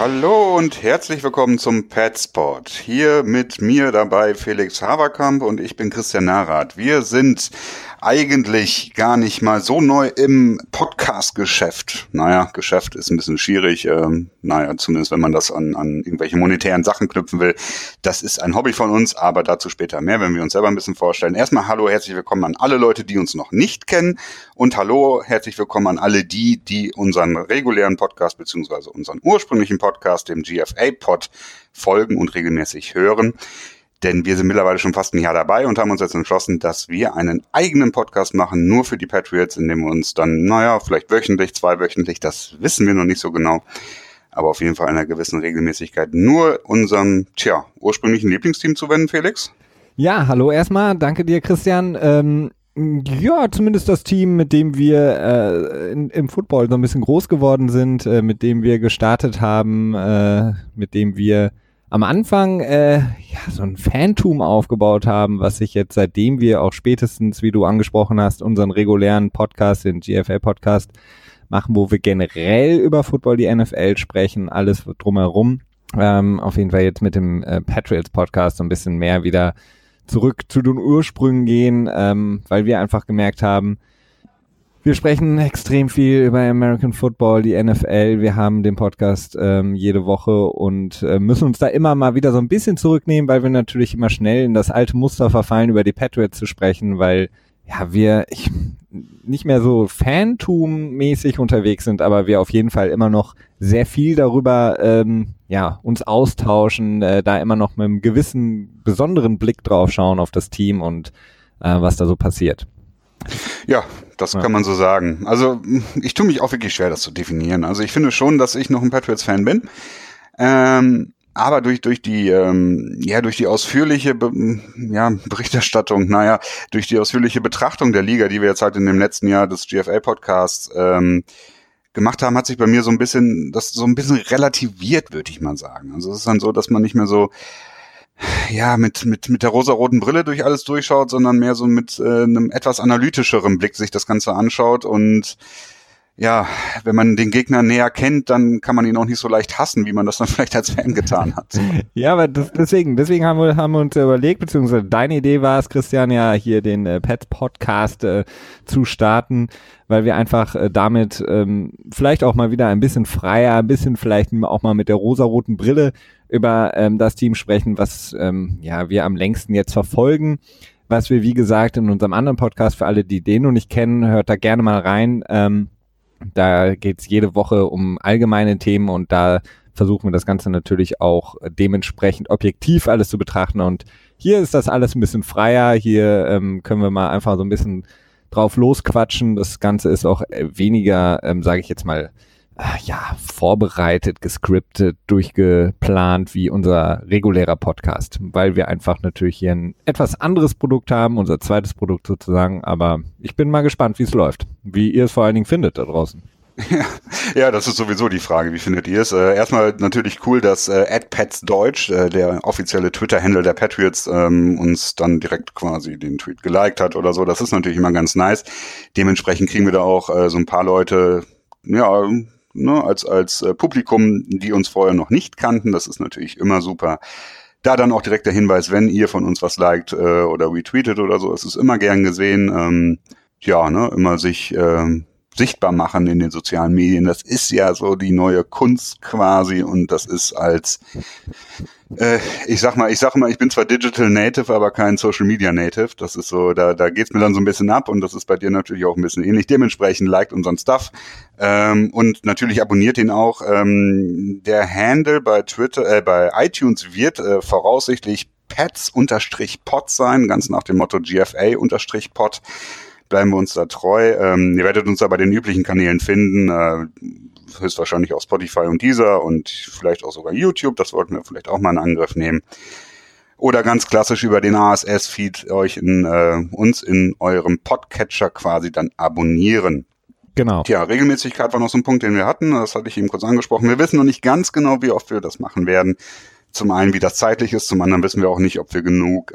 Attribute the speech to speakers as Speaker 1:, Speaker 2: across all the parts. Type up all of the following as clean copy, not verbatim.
Speaker 1: Hallo und herzlich willkommen zum Petspot. Hier mit mir dabei Felix Haverkamp und ich bin Christian Narath. Wir sind eigentlich gar nicht mal so neu im Podcast-Geschäft. Naja, Geschäft ist ein bisschen schwierig. Zumindest wenn man das an irgendwelche monetären Sachen knüpfen will. Das ist ein Hobby von uns, aber dazu später mehr, wenn wir uns selber ein bisschen vorstellen. Erstmal hallo, herzlich willkommen an alle Leute, die uns noch nicht kennen. Und hallo, herzlich willkommen an alle die unseren regulären Podcast bzw. unseren ursprünglichen Podcast, dem GFA-Pod, folgen und regelmäßig hören. Denn wir sind mittlerweile schon fast ein Jahr dabei und haben uns jetzt entschlossen, dass wir einen eigenen Podcast machen, nur für die Patriots, in dem wir uns dann, vielleicht wöchentlich, zweiwöchentlich, das wissen wir noch nicht so genau, aber auf jeden Fall in einer gewissen Regelmäßigkeit nur unserem, ursprünglichen Lieblingsteam zuwenden, Felix.
Speaker 2: Ja, hallo erstmal, danke dir, Christian. Zumindest das Team, mit dem wir im Football so ein bisschen groß geworden sind, mit dem wir gestartet haben, mit dem wir am Anfang so ein Fantum aufgebaut haben, was sich jetzt, seitdem wir auch spätestens, wie du angesprochen hast, unseren regulären Podcast, den GFL-Podcast machen, wo wir generell über Football, die NFL sprechen, alles drumherum. Auf jeden Fall jetzt mit dem Patriots-Podcast so ein bisschen mehr wieder zurück zu den Ursprüngen gehen, weil wir einfach gemerkt haben, wir sprechen extrem viel über American Football, die NFL. Wir haben den Podcast jede Woche und müssen uns da immer mal wieder so ein bisschen zurücknehmen, weil wir natürlich immer schnell in das alte Muster verfallen, über die Patriots zu sprechen, weil wir nicht mehr so Fantum-mäßig unterwegs sind, aber wir auf jeden Fall immer noch sehr viel darüber uns austauschen, da immer noch mit einem gewissen besonderen Blick drauf schauen auf das Team und was da so passiert.
Speaker 1: Ja, das kann man so sagen. Also ich tue mich auch wirklich schwer, das zu definieren. Also ich finde schon, dass ich noch ein Patriots-Fan bin, aber durch die ausführliche Berichterstattung, durch die ausführliche Betrachtung der Liga, die wir jetzt halt in dem letzten Jahr des GFL-Podcasts gemacht haben, hat sich bei mir so ein bisschen relativiert, würde ich mal sagen. Also es ist dann so, dass man nicht mehr so mit der rosaroten Brille durch alles durchschaut, sondern mehr so mit einem etwas analytischeren Blick sich das Ganze anschaut. Und wenn man den Gegner näher kennt, dann kann man ihn auch nicht so leicht hassen, wie man das dann vielleicht als Fan getan hat.
Speaker 2: Ja, aber deswegen haben wir uns überlegt, beziehungsweise deine Idee war es, Christian, ja hier den Pets-Podcast zu starten, weil wir einfach damit vielleicht auch mal wieder ein bisschen freier, ein bisschen vielleicht auch mal mit der rosaroten Brille über das Team sprechen, was wir am längsten jetzt verfolgen, was wir, wie gesagt, in unserem anderen Podcast, für alle, die den noch nicht kennen, hört da gerne mal rein. Da geht's jede Woche um allgemeine Themen und da versuchen wir das Ganze natürlich auch dementsprechend objektiv alles zu betrachten. Und hier ist das alles ein bisschen freier. Hier können wir mal einfach so ein bisschen drauf losquatschen. Das Ganze ist auch weniger, sage ich jetzt mal, vorbereitet, gescriptet, durchgeplant wie unser regulärer Podcast, weil wir einfach natürlich hier ein etwas anderes Produkt haben, unser zweites Produkt sozusagen, aber ich bin mal gespannt, wie es läuft, wie ihr es vor allen Dingen findet da draußen.
Speaker 1: Ja, das ist sowieso die Frage, wie findet ihr es? Erstmal natürlich cool, dass @petsdeutsch, der offizielle Twitter-Handle der Patriots, uns dann direkt quasi den Tweet geliked hat oder so, das ist natürlich immer ganz nice. Dementsprechend kriegen wir da auch so ein paar Leute, als Publikum, die uns vorher noch nicht kannten. Das ist natürlich immer super. Da dann auch direkt der Hinweis, wenn ihr von uns was liked oder retweetet oder so, es ist immer gern gesehen. Immer sich sichtbar machen in den sozialen Medien. Das ist ja so die neue Kunst quasi und das ist ich sag mal, ich bin zwar Digital Native, aber kein Social Media Native. Das ist so, da geht's mir dann so ein bisschen ab und das ist bei dir natürlich auch ein bisschen ähnlich. Dementsprechend liked unseren Stuff und natürlich abonniert ihn auch. Der Handle bei Twitter, bei iTunes wird voraussichtlich Pets-Pod sein, ganz nach dem Motto GFA-Pod. Bleiben wir uns da treu. Ihr werdet uns da bei den üblichen Kanälen finden, höchstwahrscheinlich auch Spotify und Deezer und vielleicht auch sogar YouTube, das wollten wir vielleicht auch mal in Angriff nehmen. Oder ganz klassisch über den RSS-Feed euch uns in eurem Podcatcher quasi dann abonnieren.
Speaker 2: Genau.
Speaker 1: Tja, Regelmäßigkeit war noch so ein Punkt, den wir hatten, das hatte ich eben kurz angesprochen. Wir wissen noch nicht ganz genau, wie oft wir das machen werden. Zum einen, wie das zeitlich ist, zum anderen wissen wir auch nicht, ob wir genug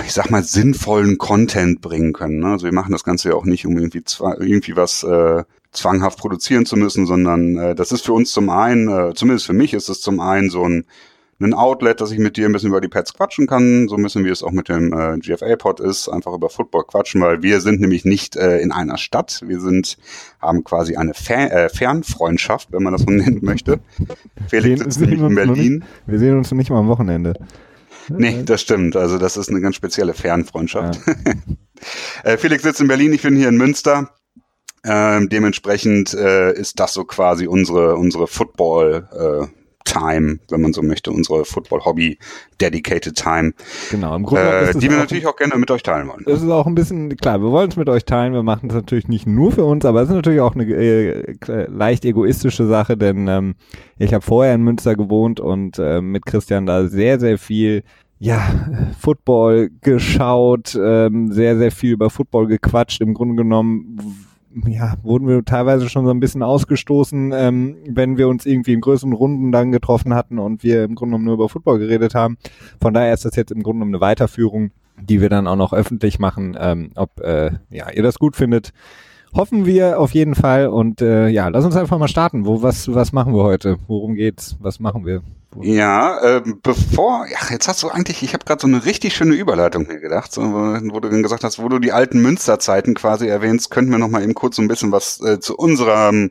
Speaker 1: sinnvollen Content bringen können. Ne? Also wir machen das Ganze ja auch nicht, um irgendwie was zwanghaft produzieren zu müssen, sondern das ist für uns zum einen, zumindest für mich ist es zum einen so ein Outlet, dass ich mit dir ein bisschen über die Pets quatschen kann, so ein bisschen wie es auch mit dem GFA-Pod ist, einfach über Football quatschen, weil wir sind nämlich nicht in einer Stadt, haben quasi eine Fernfreundschaft, wenn man das so nennen möchte. Felix sitzt nämlich in Berlin.
Speaker 2: Wir sehen uns nicht mal am Wochenende.
Speaker 1: Nee, das stimmt, also das ist eine ganz spezielle Fernfreundschaft. Ja. Felix sitzt in Berlin, ich bin hier in Münster. Dementsprechend ist das so quasi unsere Football Time, wenn man so möchte, unsere Football-Hobby-Dedicated Time.
Speaker 2: Genau, im Grunde
Speaker 1: die wir natürlich auch gerne mit euch teilen wollen.
Speaker 2: Das ist auch ein bisschen, klar, wir wollen es mit euch teilen, wir machen es natürlich nicht nur für uns, aber es ist natürlich auch eine leicht egoistische Sache, denn ich habe vorher in Münster gewohnt und mit Christian da sehr, sehr viel Football geschaut, sehr, sehr viel über Football gequatscht. Im Grunde genommen wurden wir teilweise schon so ein bisschen ausgestoßen, wenn wir uns irgendwie in größeren Runden dann getroffen hatten und wir im Grunde genommen nur über Football geredet haben. Von daher ist das jetzt im Grunde genommen eine Weiterführung, die wir dann auch noch öffentlich machen. Ob ihr das gut findet, hoffen wir auf jeden Fall. Und lass uns einfach mal starten. Was machen wir heute? Worum geht's? Was machen wir?
Speaker 1: Ja, jetzt hast du eigentlich, ich habe gerade so eine richtig schöne Überleitung mir gedacht, so, wo du dann gesagt hast, wo du die alten Münsterzeiten quasi erwähnst, könnten wir noch mal eben kurz so ein bisschen was zu unserem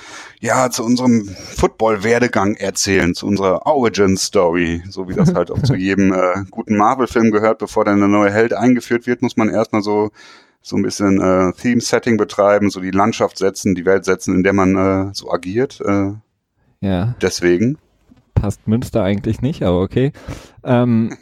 Speaker 1: Football-Werdegang erzählen, zu unserer Origin-Story, so wie das halt auch zu jedem guten Marvel-Film gehört. Bevor dann der neue Held eingeführt wird, muss man erstmal so ein bisschen Theme-Setting betreiben, so die Landschaft setzen, die Welt setzen, in der man so agiert. Deswegen.
Speaker 2: Passt Münster eigentlich nicht, aber okay. Nein,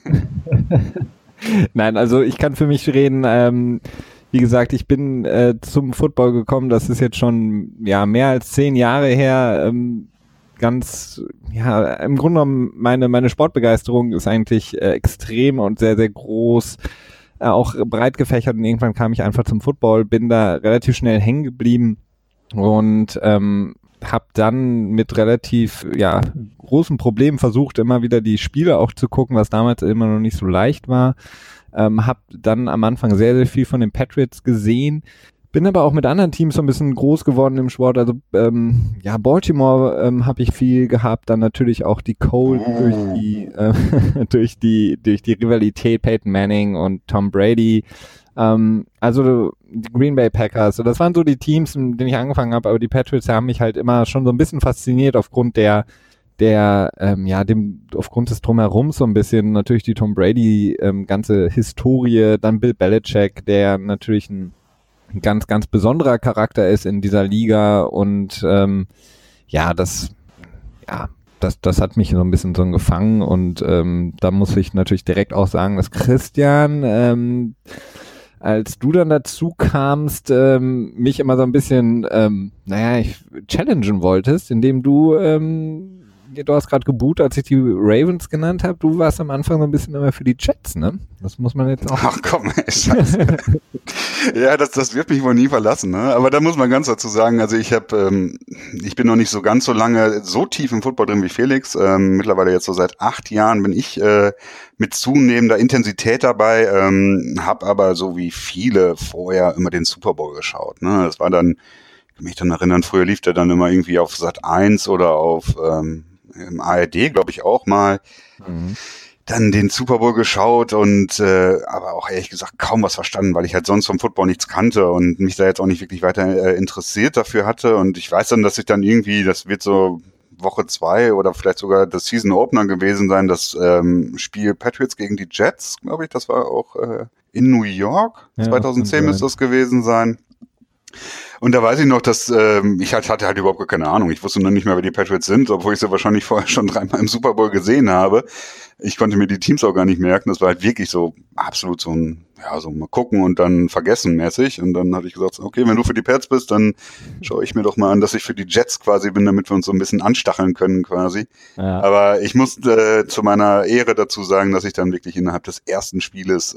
Speaker 2: also ich kann für mich reden. Wie gesagt, ich bin zum Football gekommen. Das ist jetzt schon mehr als 10 Jahre her. Im Grunde genommen meine Sportbegeisterung ist eigentlich extrem und sehr, sehr groß. Auch breit gefächert und irgendwann kam ich einfach zum Football, bin da relativ schnell hängen geblieben und habe dann mit relativ großen Problemen versucht, immer wieder die Spiele auch zu gucken, was damals immer noch nicht so leicht war. Habe dann am Anfang sehr, sehr viel von den Patriots gesehen. Bin aber auch mit anderen Teams so ein bisschen groß geworden im Sport. Also Baltimore habe ich viel gehabt. Dann natürlich auch die Colts durch die Rivalität Peyton Manning und Tom Brady. Also die Green Bay Packers. So, das waren so die Teams, mit denen ich angefangen habe. Aber die Patriots haben mich halt immer schon so ein bisschen fasziniert aufgrund aufgrund des Drumherums so ein bisschen. Natürlich die Tom Brady ganze Historie. Dann Bill Belichick, der natürlich ein ganz, ganz besonderer Charakter ist in dieser Liga und das hat mich so ein bisschen so gefangen und da muss ich natürlich direkt auch sagen, dass Christian, als du dann dazu kamst, mich immer so ein bisschen, challengen wolltest, indem du hast gerade geboot, als ich die Ravens genannt habe. Du warst am Anfang so ein bisschen immer für die Jets, ne? Das muss man jetzt auch...
Speaker 1: Ach komm, ey, Scheiße. Ja, das wird mich wohl nie verlassen, ne? Aber da muss man ganz dazu sagen, also ich bin noch nicht so ganz so lange so tief im Football drin wie Felix. Mittlerweile jetzt so seit 8 Jahren bin ich mit zunehmender Intensität dabei, habe aber so wie viele vorher immer den Super Bowl geschaut, ne? Das war dann, ich kann mich dann erinnern, früher lief der dann immer irgendwie auf Sat.1 oder auf im ARD, glaube ich, auch mal. Dann den Super Bowl geschaut und aber auch ehrlich gesagt kaum was verstanden, weil ich halt sonst vom Football nichts kannte und mich da jetzt auch nicht wirklich weiter interessiert dafür hatte. Und ich weiß dann, dass ich dann irgendwie, das wird so Woche 2 oder vielleicht sogar das Season Opener gewesen sein, das Spiel Patriots gegen die Jets, glaube ich, das war auch in New York. Ja, 2010 müsste das gewesen sein. Und da weiß ich noch, dass ich hatte halt überhaupt gar keine Ahnung. Ich wusste noch nicht mehr, wer die Patriots sind, obwohl ich sie wahrscheinlich vorher schon 3-mal im Super Bowl gesehen habe. Ich konnte mir die Teams auch gar nicht merken. Das war halt wirklich so absolut so ein, so mal gucken und dann vergessen mäßig. Und dann hatte ich gesagt, okay, wenn du für die Pats bist, dann schaue ich mir doch mal an, dass ich für die Jets quasi bin, damit wir uns so ein bisschen anstacheln können quasi. Ja. Aber ich muss zu meiner Ehre dazu sagen, dass ich dann wirklich innerhalb des ersten Spieles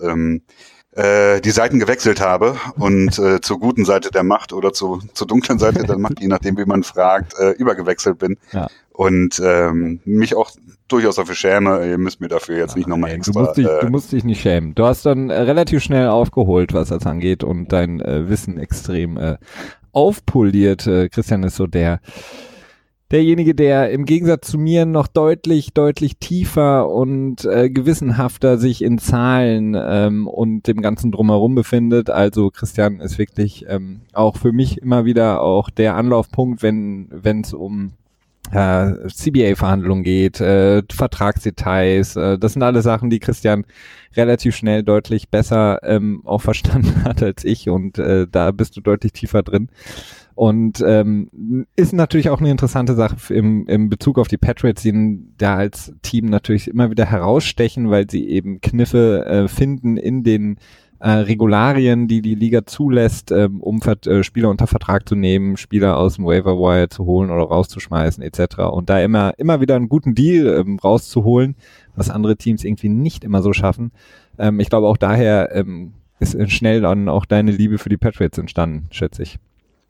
Speaker 1: die Seiten gewechselt habe und zur guten Seite der Macht oder zur dunklen Seite der Macht, je nachdem wie man fragt, übergewechselt bin. Ja. Und mich auch durchaus dafür schäme, ihr müsst mir dafür jetzt nicht nochmal extra...
Speaker 2: Du musst dich nicht schämen. Du hast dann relativ schnell aufgeholt, was das angeht und dein Wissen extrem aufpoliert. Christian ist so derjenige, der im Gegensatz zu mir noch deutlich tiefer und gewissenhafter sich in Zahlen und dem ganzen Drumherum befindet. Also Christian ist wirklich auch für mich immer wieder auch der Anlaufpunkt, wenn es um CBA-Verhandlungen geht, Vertragsdetails. Das sind alle Sachen, die Christian relativ schnell deutlich besser auch verstanden hat als ich, und da bist du deutlich tiefer drin. Und ist natürlich auch eine interessante Sache im Bezug auf die Patriots, die da als Team natürlich immer wieder herausstechen, weil sie eben Kniffe finden in den Regularien, die Liga zulässt, um Spieler unter Vertrag zu nehmen, Spieler aus dem Waiver Wire zu holen oder rauszuschmeißen etc. Und da immer wieder einen guten Deal rauszuholen, was andere Teams irgendwie nicht immer so schaffen. Ich glaube auch daher ist schnell dann auch deine Liebe für die Patriots entstanden, schätze ich.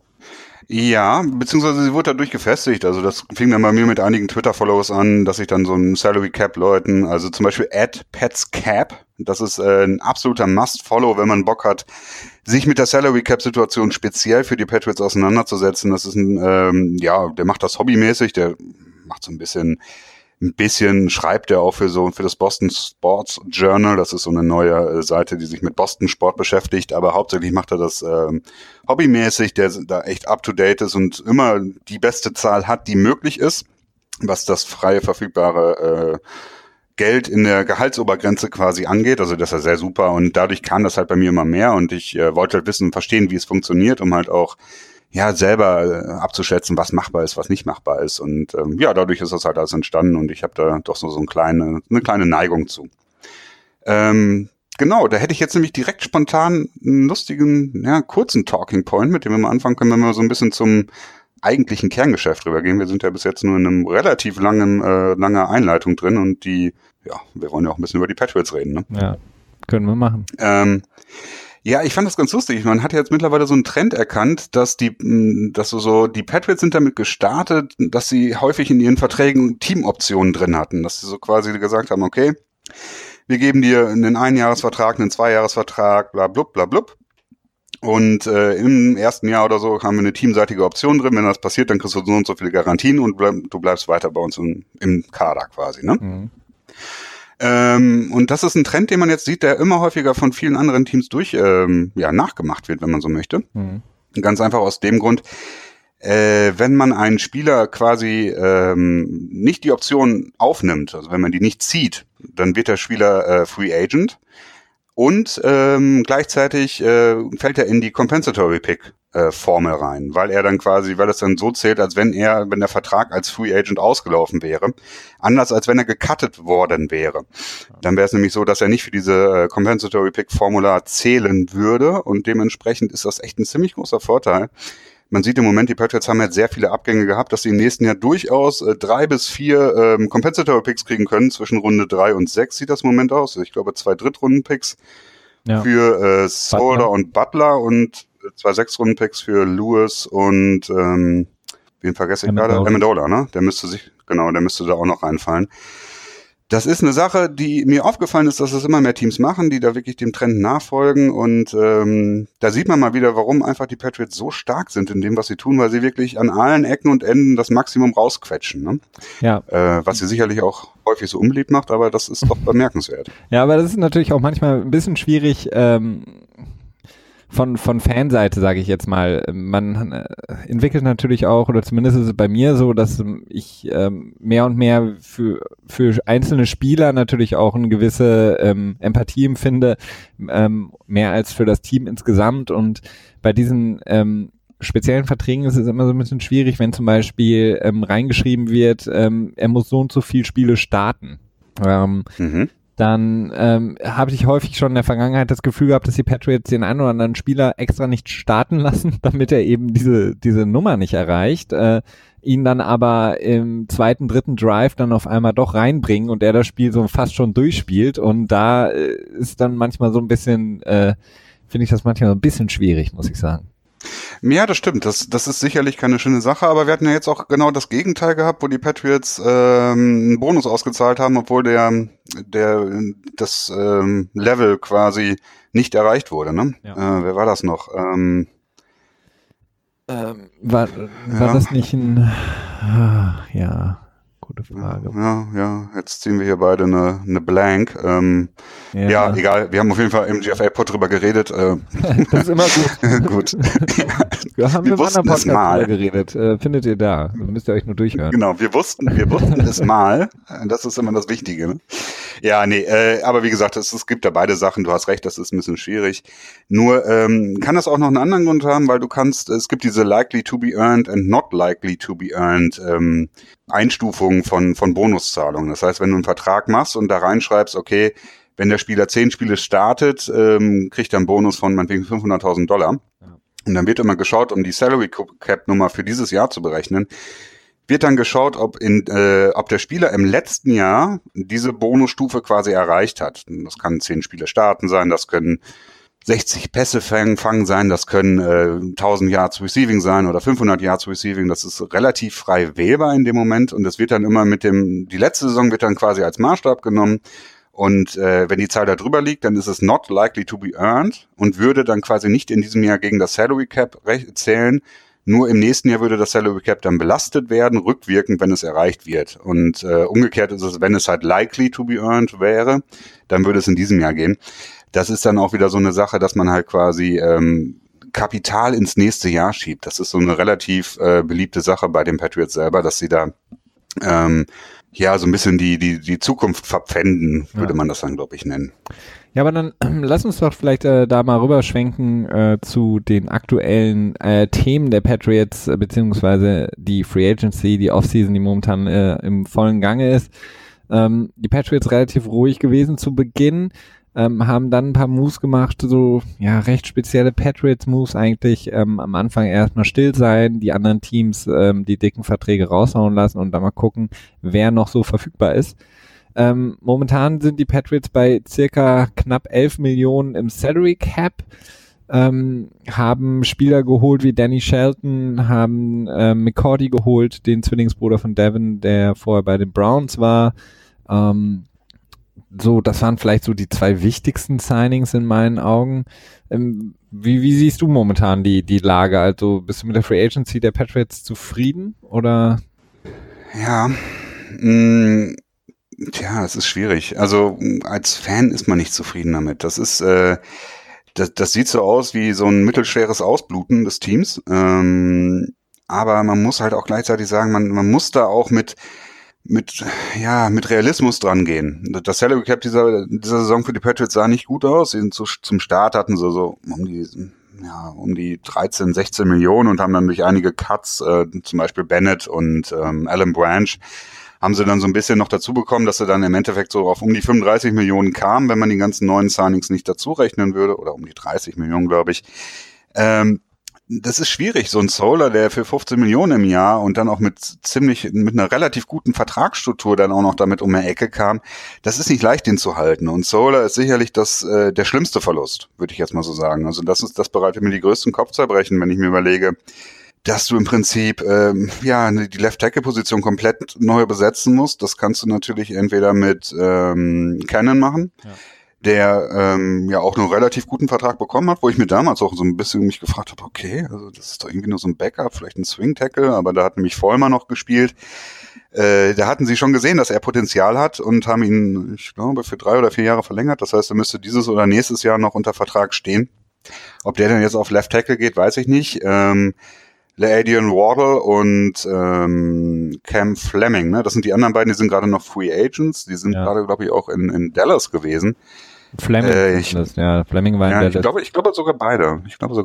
Speaker 1: Ja, beziehungsweise sie wurde dadurch gefestigt. Also das fing dann bei mir mit einigen Twitter-Follows an, dass ich dann so einen Salary-Cap-Leuten, also zum Beispiel @PetsCap, das ist ein absoluter Must-Follow, wenn man Bock hat, sich mit der Salary-Cap-Situation speziell für die Patriots auseinanderzusetzen. Das ist der macht das hobbymäßig, der macht so ein bisschen schreibt er auch für das Boston Sports Journal. Das ist so eine neue Seite, die sich mit Boston Sport beschäftigt, aber hauptsächlich macht er das hobbymäßig, der da echt up to date ist und immer die beste Zahl hat, die möglich ist, was das freie verfügbare Geld in der Gehaltsobergrenze quasi angeht. Also das ist ja sehr super, und dadurch kam das halt bei mir immer mehr, und ich wollte halt wissen, verstehen, wie es funktioniert, um halt auch selber abzuschätzen, was machbar ist, was nicht machbar ist. Und dadurch ist das halt alles entstanden, und ich habe da doch so eine kleine Neigung zu. Genau, da hätte ich jetzt nämlich direkt spontan einen lustigen, kurzen Talking Point, mit dem wir mal anfangen können, wenn wir so ein bisschen zum eigentlichen Kerngeschäft rübergehen. Wir sind ja bis jetzt nur in einem relativ langer Einleitung drin, und wir wollen ja auch ein bisschen über die Patriots reden, ne?
Speaker 2: Ja, können wir machen.
Speaker 1: Ja, ich fand das ganz lustig. Man hat ja jetzt mittlerweile so einen Trend erkannt, dass die Patriots sind damit gestartet, dass sie häufig in ihren Verträgen Teamoptionen drin hatten, dass sie so quasi gesagt haben, okay, wir geben dir einen Einjahresvertrag, einen Zweijahresvertrag, bla blub, bla blub. Und im ersten Jahr oder so haben wir eine teamseitige Option drin. Wenn das passiert, dann kriegst du so und so viele Garantien, und du bleibst weiter bei uns im Kader quasi, ne? Mhm. Und das ist ein Trend, den man jetzt sieht, der immer häufiger von vielen anderen Teams nachgemacht wird, wenn man so möchte. Mhm. Ganz einfach aus dem Grund, wenn man einen Spieler quasi nicht die Option aufnimmt, also wenn man die nicht zieht, dann wird der Spieler Free Agent, und gleichzeitig fällt er in die Compensatory Pick Formel rein, weil es dann so zählt, als wenn der Vertrag als Free Agent ausgelaufen wäre, anders als wenn er gecuttet worden wäre. Dann wäre es nämlich so, dass er nicht für diese Compensatory Pick Formula zählen würde, und dementsprechend ist das echt ein ziemlich großer Vorteil. Man sieht im Moment, die Patriots haben jetzt sehr viele Abgänge gehabt, dass sie im nächsten Jahr durchaus 3 bis 4 Compensatory Picks kriegen können. Zwischen Runde 3 und 6 sieht das im Moment aus. Ich glaube 2 Drittrunden-Picks für Solder und Butler und 2 Sechstrunden-Picks für Lewis und wen vergesse ich gerade? Amendola, ne? Der müsste da auch noch reinfallen. Das ist eine Sache, die mir aufgefallen ist, dass es immer mehr Teams machen, die da wirklich dem Trend nachfolgen, und da sieht man mal wieder, warum einfach die Patriots so stark sind in dem, was sie tun, weil sie wirklich an allen Ecken und Enden das Maximum rausquetschen, ne? Ja. Was sie sicherlich auch häufig so unbeliebt macht, aber das ist doch bemerkenswert.
Speaker 2: Ja, aber das ist natürlich auch manchmal ein bisschen schwierig, von Fanseite, sage ich jetzt mal. Man entwickelt natürlich auch, oder zumindest ist es bei mir so, dass ich mehr und mehr für einzelne Spieler natürlich auch eine gewisse Empathie empfinde, mehr als für das Team insgesamt. Und bei diesen speziellen Verträgen ist es immer so ein bisschen schwierig, wenn zum Beispiel reingeschrieben wird, er muss so und so viel Spiele starten. Dann habe ich häufig schon in der Vergangenheit das Gefühl gehabt, dass die Patriots den einen oder anderen Spieler extra nicht starten lassen, damit er eben diese Nummer nicht erreicht, ihn dann aber im zweiten, dritten Drive dann auf einmal doch reinbringen und er das Spiel so fast schon durchspielt, und da ist dann manchmal so ein bisschen, finde ich das manchmal so ein bisschen schwierig, muss ich sagen.
Speaker 1: Ja, das stimmt. Das ist sicherlich keine schöne Sache, aber wir hatten ja jetzt auch genau das Gegenteil gehabt, wo die Patriots einen Bonus ausgezahlt haben, obwohl das Level quasi nicht erreicht wurde, ne? Ja. Wer war das noch?
Speaker 2: War das nicht ein... ja, gute Frage.
Speaker 1: Ja, jetzt ziehen wir hier beide eine Blank. Ja, egal, wir haben auf jeden Fall im GFL-Pod drüber geredet.
Speaker 2: Das ist immer gut.
Speaker 1: Gut.
Speaker 2: Wir haben im anderen Podcast
Speaker 1: drüber
Speaker 2: geredet. Findet ihr da. Müsst ihr euch nur durchhören.
Speaker 1: Genau, wir wussten es mal. Das ist immer das Wichtige. Ne? Ja, nee, aber wie gesagt, es gibt da beide Sachen. Du hast recht, das ist ein bisschen schwierig. Nur kann das auch noch einen anderen Grund haben, weil es gibt diese likely to be earned and not likely to be earned Einstufungen von Bonuszahlungen. Das heißt, wenn du einen Vertrag machst und da reinschreibst, okay, wenn der Spieler 10 Spiele startet, kriegt er einen Bonus von meinetwegen $500.000. Ja. Und dann wird immer geschaut, um die Salary Cap Nummer für dieses Jahr zu berechnen, wird dann geschaut, ob der Spieler im letzten Jahr diese Bonusstufe quasi erreicht hat. Das kann 10 Spiele starten sein, das können 60 Pässe fangen sein, das können 1000 Yards Receiving sein oder 500 Yards Receiving. Das ist relativ frei wählbar in dem Moment und das wird dann immer die letzte Saison wird dann quasi als Maßstab genommen. Und wenn die Zahl da drüber liegt, dann ist es not likely to be earned und würde dann quasi nicht in diesem Jahr gegen das Salary Cap zählen. Nur im nächsten Jahr würde das Salary Cap dann belastet werden, rückwirkend, wenn es erreicht wird. Und umgekehrt ist es, wenn es halt likely to be earned wäre, dann würde es in diesem Jahr gehen. Das ist dann auch wieder so eine Sache, dass man halt quasi Kapital ins nächste Jahr schiebt. Das ist so eine relativ beliebte Sache bei den Patriots selber, dass sie da so ein bisschen die Zukunft verpfänden, würde man das dann, glaube ich, nennen.
Speaker 2: Ja, aber dann lass uns doch vielleicht da mal rüberschwenken zu den aktuellen Themen der Patriots, beziehungsweise die Free Agency, die Offseason, die momentan im vollen Gange ist. Die Patriots relativ ruhig gewesen zu Beginn, haben dann ein paar Moves gemacht, so recht spezielle Patriots-Moves eigentlich, am Anfang erstmal still sein, die anderen Teams die dicken Verträge raushauen lassen und dann mal gucken, wer noch so verfügbar ist. Momentan sind die Patriots bei circa knapp 11 Millionen im Salary Cap, haben Spieler geholt wie Danny Shelton, haben McCourty geholt, den Zwillingsbruder von Devin, der vorher bei den Browns war. Das waren vielleicht so die 2 wichtigsten Signings in meinen Augen. Wie siehst du momentan die Lage? Also bist du mit der Free Agency der Patriots zufrieden oder?
Speaker 1: Ja, es ist schwierig. Also als Fan ist man nicht zufrieden damit. Das ist, das sieht so aus wie so ein mittelschweres Ausbluten des Teams. Aber man muss halt auch gleichzeitig sagen, man muss da auch mit Realismus dran gehen. Das Salary Cap dieser Saison für die Patriots sah nicht gut aus. Zum Start hatten sie so um die 13, 16 Millionen und haben dann durch einige Cuts, zum Beispiel Bennett und Alan Branch, haben sie dann so ein bisschen noch dazu bekommen, dass sie dann im Endeffekt so auf um die 35 Millionen kamen, wenn man die ganzen neuen Signings nicht dazu rechnen würde, oder um die 30 Millionen, glaube ich. Das ist schwierig, so ein Solar, der für 15 Millionen im Jahr und dann auch mit einer relativ guten Vertragsstruktur dann auch noch damit um die Ecke kam, das ist nicht leicht, den zu halten. Und Solar ist sicherlich der schlimmste Verlust, würde ich jetzt mal so sagen. Also das bereitet mir die größten Kopfzerbrechen, wenn ich mir überlege, dass du im Prinzip die Left-Tackle-Position komplett neu besetzen musst. Das kannst du natürlich entweder mit Cannon machen, der auch einen relativ guten Vertrag bekommen hat, wo ich mir damals auch so ein bisschen mich gefragt habe, okay, also das ist doch irgendwie nur so ein Backup, vielleicht ein Swing-Tackle, aber da hat nämlich Vollmer noch gespielt. Da hatten sie schon gesehen, dass er Potenzial hat und haben ihn, ich glaube, für 3 oder 4 Jahre verlängert. Das heißt, er müsste dieses oder nächstes Jahr noch unter Vertrag stehen. Ob der denn jetzt auf Left-Tackle geht, weiß ich nicht. LaAdrian Wardle und Cam Fleming, ne? Das sind die anderen beiden, die sind gerade noch Free Agents. Die sind gerade, glaube ich, auch in Dallas gewesen.
Speaker 2: Fleming war in Dallas.
Speaker 1: Ich glaube sogar beide.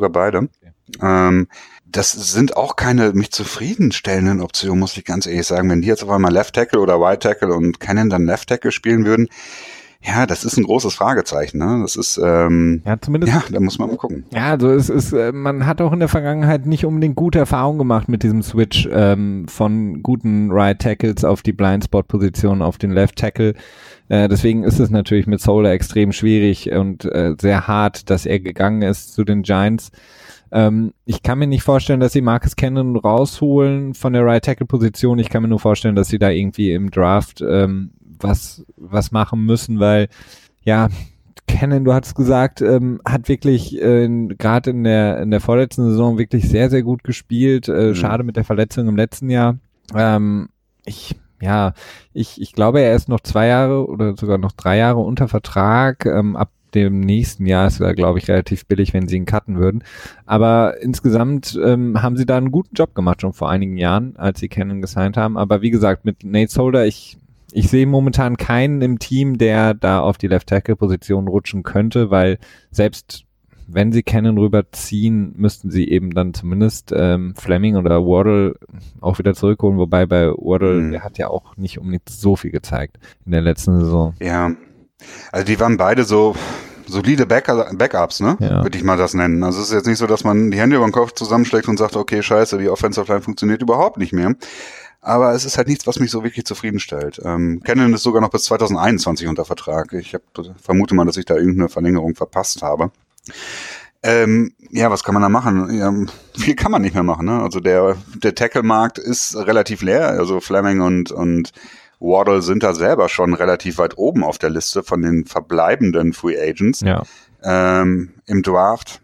Speaker 1: Okay. Das sind auch keine mich zufriedenstellenden Optionen, muss ich ganz ehrlich sagen. Wenn die jetzt auf einmal Left Tackle oder Right Tackle und Cannon dann Left Tackle spielen würden, ja, das ist ein großes Fragezeichen, ne? Das ist,
Speaker 2: zumindest.
Speaker 1: Ja, da muss man mal gucken.
Speaker 2: Ja, also es ist, man hat auch in der Vergangenheit nicht unbedingt gute Erfahrungen gemacht mit diesem Switch von guten Right Tackles auf die Blindspot-Position auf den Left Tackle. Deswegen ist es natürlich mit Solar extrem schwierig und sehr hart, dass er gegangen ist zu den Giants. Ich kann mir nicht vorstellen, dass sie Marcus Cannon rausholen von der Right Tackle Position. Ich kann mir nur vorstellen, dass sie da irgendwie im Draft was machen müssen, weil Cannon, du hast gesagt, hat wirklich gerade in der vorletzten Saison wirklich sehr, sehr gut gespielt. Schade mit der Verletzung im letzten Jahr. Ich glaube, er ist noch 2 Jahre oder sogar noch 3 Jahre unter Vertrag. Ab dem nächsten Jahr ist er, glaube ich, relativ billig, wenn sie ihn cutten würden. Aber insgesamt haben sie da einen guten Job gemacht, schon vor einigen Jahren, als sie Cannon gesigned haben. Aber wie gesagt, mit Nate Solder, ich sehe momentan keinen im Team, der da auf die Left-Tackle-Position rutschen könnte, weil selbst wenn sie Cannon rüberziehen, müssten sie eben dann zumindest Fleming oder Waddle auch wieder zurückholen, wobei bei Waddle, der hat ja auch nicht unbedingt so viel gezeigt in der letzten Saison.
Speaker 1: Ja, also die waren beide so solide Backups, ne? Ja. Würde ich mal das nennen. Also es ist jetzt nicht so, dass man die Hände über den Kopf zusammenschlägt und sagt, okay, scheiße, die Offensive Line funktioniert überhaupt nicht mehr. Aber es ist halt nichts, was mich so wirklich zufriedenstellt. Cannon ist sogar noch bis 2021 unter Vertrag. Ich vermute mal, dass ich da irgendeine Verlängerung verpasst habe. Was kann man da machen? Ja, viel kann man nicht mehr machen, ne? Also der Tackle-Markt ist relativ leer. Also Fleming und Waddle sind da selber schon relativ weit oben auf der Liste von den verbleibenden Free Agents.
Speaker 2: Ja.
Speaker 1: Im Draft.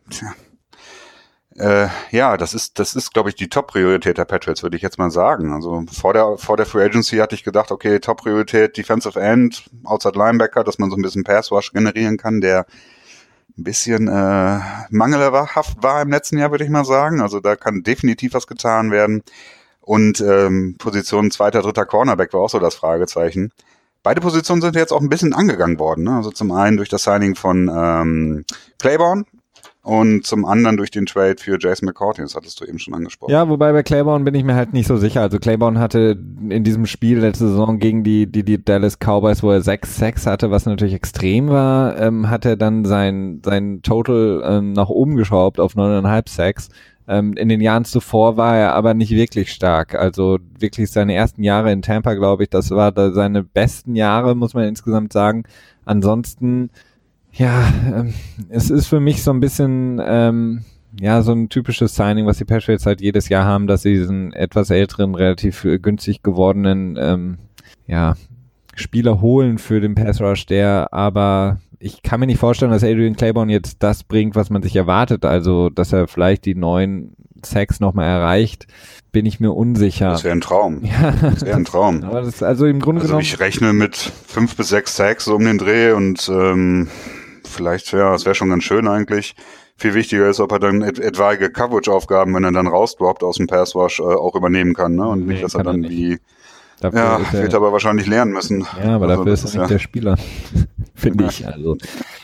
Speaker 1: Das ist, glaube ich, die Top-Priorität der Patriots, würde ich jetzt mal sagen. Also vor der Free Agency hatte ich gedacht, okay, Top-Priorität Defensive End, Outside Linebacker, dass man so ein bisschen Pass-Rush generieren kann, der ein bisschen mangelhaft war im letzten Jahr, würde ich mal sagen. Also da kann definitiv was getan werden. Und Position 2., 3. Cornerback war auch so das Fragezeichen. Beide Positionen sind jetzt auch ein bisschen angegangen worden, ne? Also zum einen durch das Signing von Claiborne und zum anderen durch den Trade für Jason McCourty, das hattest du eben schon angesprochen.
Speaker 2: Ja, wobei bei Claiborne bin ich mir halt nicht so sicher. Also Claiborne hatte in diesem Spiel letzte Saison gegen die Dallas Cowboys, wo er 6 Sacks hatte, was natürlich extrem war, hat er dann sein Total nach oben geschraubt auf 9,5 Sacks. In den Jahren zuvor war er aber nicht wirklich stark. Also wirklich seine ersten Jahre in Tampa, glaube ich, das war da seine besten Jahre, muss man insgesamt sagen. Ansonsten, es ist für mich so ein bisschen, so ein typisches Signing, was die Patriots halt jedes Jahr haben, dass sie diesen etwas älteren, relativ günstig gewordenen, Spieler holen für den Pass Rush, der aber ich kann mir nicht vorstellen, dass Adrian Claiborne jetzt das bringt, was man sich erwartet. Also, dass er vielleicht die 9 Sacks nochmal erreicht, bin ich mir unsicher.
Speaker 1: Das wäre ein Traum.
Speaker 2: Ja.
Speaker 1: Das wäre ein Traum.
Speaker 2: Aber das, also im Grunde genommen.
Speaker 1: Ich rechne mit 5 bis 6 Sacks so um den Dreh und vielleicht, das wäre schon ganz schön eigentlich. Viel wichtiger ist, ob er dann etwaige Coverage-Aufgaben, wenn er dann rausdroppt aus dem Pass-Rush, auch übernehmen kann, ne? Und nicht, dass er dann wie wird aber wahrscheinlich lernen müssen.
Speaker 2: Ja, aber dafür ist er nicht der Spieler, finde ich. Also,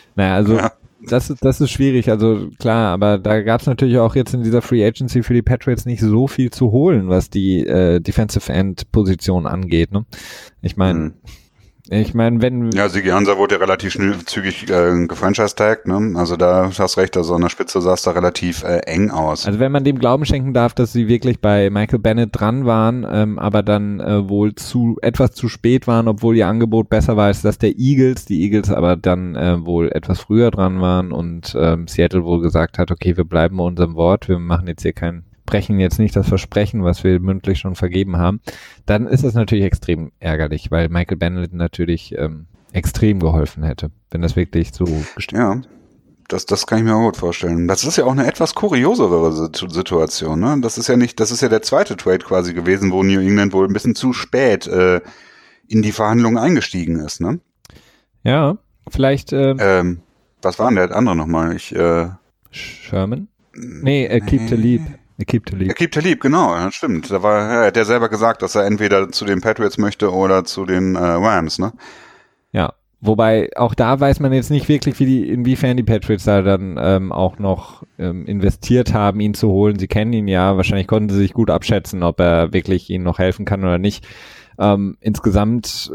Speaker 2: das ist schwierig. Also klar, aber da gab es natürlich auch jetzt in dieser Free Agency für die Patriots nicht so viel zu holen, was die Defensive End Position angeht. Ne? Ich meine, wenn...
Speaker 1: Ja, Sigi Hansa wurde ja relativ zügig gefranchise-tagged, ne? Also da hast recht, also an der Spitze sah es da relativ eng aus.
Speaker 2: Also wenn man dem Glauben schenken darf, dass sie wirklich bei Michael Bennett dran waren, aber dann wohl etwas zu spät waren, obwohl ihr Angebot besser war als das der Eagles, die Eagles aber dann wohl etwas früher dran waren und Seattle wohl gesagt hat, okay, wir bleiben bei unserem Wort, wir machen jetzt hier brechen jetzt nicht das Versprechen, was wir mündlich schon vergeben haben, dann ist das natürlich extrem ärgerlich, weil Michael Bennett natürlich extrem geholfen hätte, wenn das wirklich so gestimmt
Speaker 1: hätte. Ja, das kann ich mir auch gut vorstellen. Das ist ja auch eine etwas kuriosere Situation, ne? Das ist ja der zweite Trade quasi gewesen, wo New England wohl ein bisschen zu spät in die Verhandlungen eingestiegen ist, ne?
Speaker 2: Ja, vielleicht
Speaker 1: was war denn der andere nochmal?
Speaker 2: Sherman? Nee, Keep Talib.
Speaker 1: Keep Talib, genau, ja, stimmt. Da hat er selber gesagt, dass er entweder zu den Patriots möchte oder zu den Rams, ne?
Speaker 2: Ja, wobei auch da weiß man jetzt nicht wirklich, inwiefern die Patriots da dann auch noch investiert haben, ihn zu holen. Sie kennen ihn ja, wahrscheinlich konnten sie sich gut abschätzen, ob er wirklich ihnen noch helfen kann oder nicht. Insgesamt,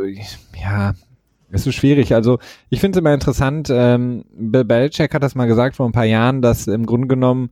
Speaker 2: es ist schwierig. Also ich finde es immer interessant, Bill Belichick hat das mal gesagt vor ein paar Jahren, dass im Grunde genommen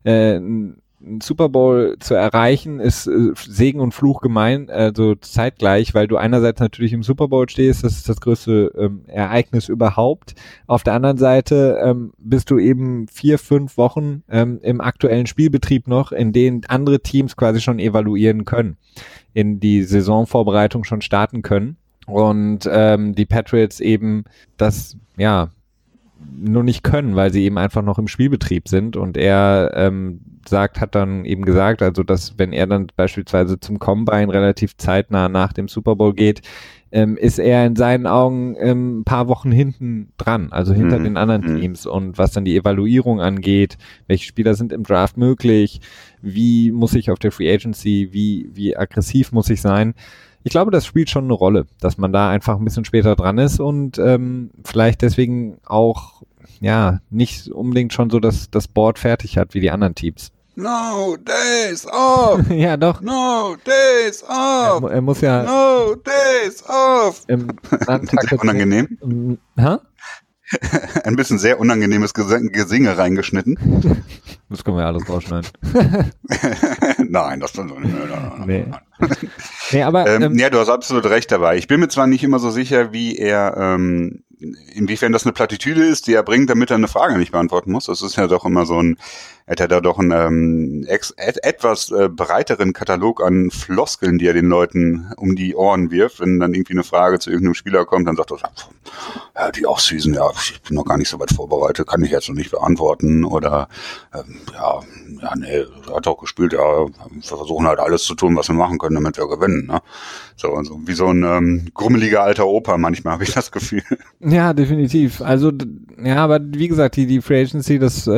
Speaker 2: ein Super Bowl zu erreichen ist Segen und Fluch gemein, also zeitgleich, weil du einerseits natürlich im Super Bowl stehst, das ist das größte Ereignis überhaupt. Auf der anderen Seite bist du eben 4-5 Wochen im aktuellen Spielbetrieb noch, in denen andere Teams quasi schon evaluieren können, in die Saisonvorbereitung schon starten können und die Patriots eben das, nur nicht können, weil sie eben einfach noch im Spielbetrieb sind. Und er hat dann eben gesagt, also dass wenn er dann beispielsweise zum Combine relativ zeitnah nach dem Super Bowl geht, ist er in seinen Augen ein paar Wochen hinten dran, also hinter den anderen Teams. Und was dann die Evaluierung angeht, welche Spieler sind im Draft möglich, wie muss ich auf der Free Agency, wie aggressiv muss ich sein. Ich glaube, das spielt schon eine Rolle, dass man da einfach ein bisschen später dran ist und vielleicht deswegen auch nicht unbedingt schon so das Board fertig hat wie die anderen Teams.
Speaker 1: No days off!
Speaker 2: Ja, doch.
Speaker 1: No days off!
Speaker 2: Er muss ja...
Speaker 1: No days off!
Speaker 2: Sehr
Speaker 1: unangenehm. Ein bisschen sehr unangenehmes Gesinge reingeschnitten.
Speaker 2: Das können wir alles rausschneiden.
Speaker 1: Nein, das stimmt nicht.
Speaker 2: Nee, aber...
Speaker 1: ja, du hast absolut recht dabei. Ich bin mir zwar nicht immer so sicher, wie er... inwiefern das eine Plattitüde ist, die er bringt, damit er eine Frage nicht beantworten muss. Das ist ja doch immer so er hat ja doch einen etwas breiteren Katalog an Floskeln, die er den Leuten um die Ohren wirft. Wenn dann irgendwie eine Frage zu irgendeinem Spieler kommt, dann sagt er, ja, die Offseason, ja, ich bin noch gar nicht so weit vorbereitet, kann ich jetzt noch nicht beantworten. Oder, nee, hat auch gespielt, ja, wir versuchen halt alles zu tun, was wir machen können, damit wir gewinnen. Ne? So, also wie so ein grummeliger alter Opa, manchmal habe ich das Gefühl.
Speaker 2: Ja, definitiv. Also, ja, aber wie gesagt, die Free Agency,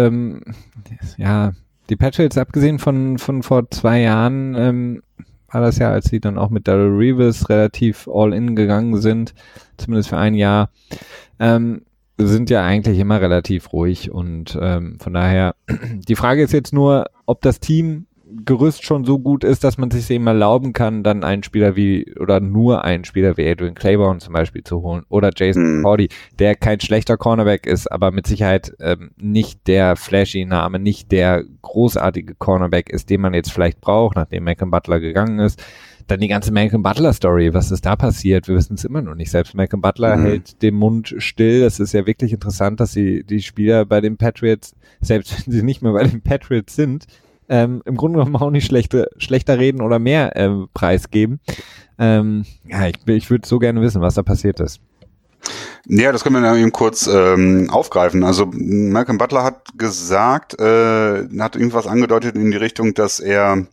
Speaker 2: die Patriots, abgesehen von vor 2 Jahren, war das ja, als sie dann auch mit Darrelle Revis relativ all-in gegangen sind, zumindest für ein Jahr, sind ja eigentlich immer relativ ruhig und von daher, die Frage ist jetzt nur, ob das Teamgerüst schon so gut ist, dass man sich eben erlauben kann, dann nur einen Spieler wie Adrian Claiborne zum Beispiel zu holen oder Jason Cordy, der kein schlechter Cornerback ist, aber mit Sicherheit nicht der flashy Name, nicht der großartige Cornerback ist, den man jetzt vielleicht braucht, nachdem Malcolm Butler gegangen ist. Dann die ganze Malcolm Butler Story, was ist da passiert? Wir wissen es immer noch nicht. Selbst Malcolm Butler hält den Mund still. Das ist ja wirklich interessant, dass die Spieler bei den Patriots, selbst wenn sie nicht mehr bei den Patriots sind, im Grunde genommen auch nicht schlechter reden oder mehr preisgeben. Ich würde so gerne wissen, was da passiert ist.
Speaker 1: Ja, das können wir dann eben kurz aufgreifen. Also Malcolm Butler hat gesagt, hat irgendwas angedeutet in die Richtung, dass er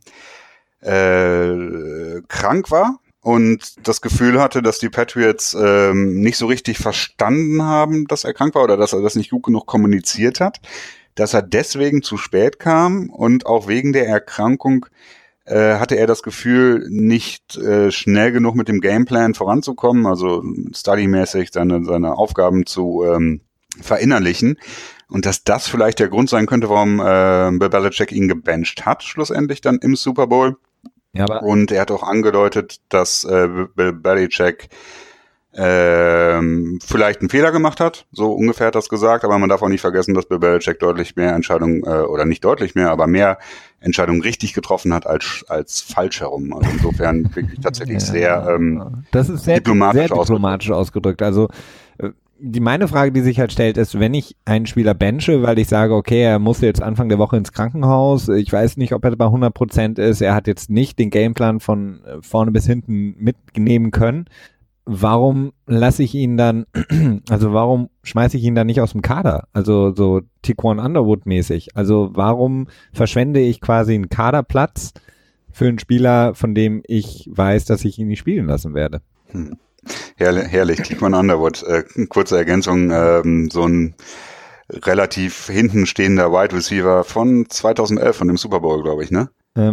Speaker 1: krank war und das Gefühl hatte, dass die Patriots nicht so richtig verstanden haben, dass er krank war oder dass er das nicht gut genug kommuniziert hat, dass er deswegen zu spät kam und auch wegen der Erkrankung hatte er das Gefühl, nicht schnell genug mit dem Gameplan voranzukommen, also studymäßig seine Aufgaben zu verinnerlichen. Und dass das vielleicht der Grund sein könnte, warum Bill Belichick ihn gebencht hat, schlussendlich dann im Super Bowl. Ja, und er hat auch angedeutet, dass Bill Belichick vielleicht einen Fehler gemacht hat, so ungefähr hat er das gesagt, aber man darf auch nicht vergessen, dass Bill Belichick deutlich mehr Entscheidungen, oder nicht deutlich mehr, aber mehr Entscheidungen richtig getroffen hat als falsch herum. Also insofern wirklich tatsächlich sehr
Speaker 2: das ist sehr diplomatisch ausgedrückt. Also meine Frage, die sich halt stellt, ist, wenn ich einen Spieler benche, weil ich sage, okay, er muss jetzt Anfang der Woche ins Krankenhaus, ich weiß nicht, ob er bei 100% ist, er hat jetzt nicht den Gameplan von vorne bis hinten mitnehmen können, warum lasse ich ihn dann, also warum schmeiße ich ihn dann nicht aus dem Kader? Also so Tyquan Underwood mäßig. Also warum verschwende ich quasi einen Kaderplatz für einen Spieler, von dem ich weiß, dass ich ihn nicht spielen lassen werde?
Speaker 1: Herrlich, Tyquan Underwood. Kurze Ergänzung, so ein relativ hinten stehender Wide Receiver von 2011, von dem Super Bowl, glaube ich, ne?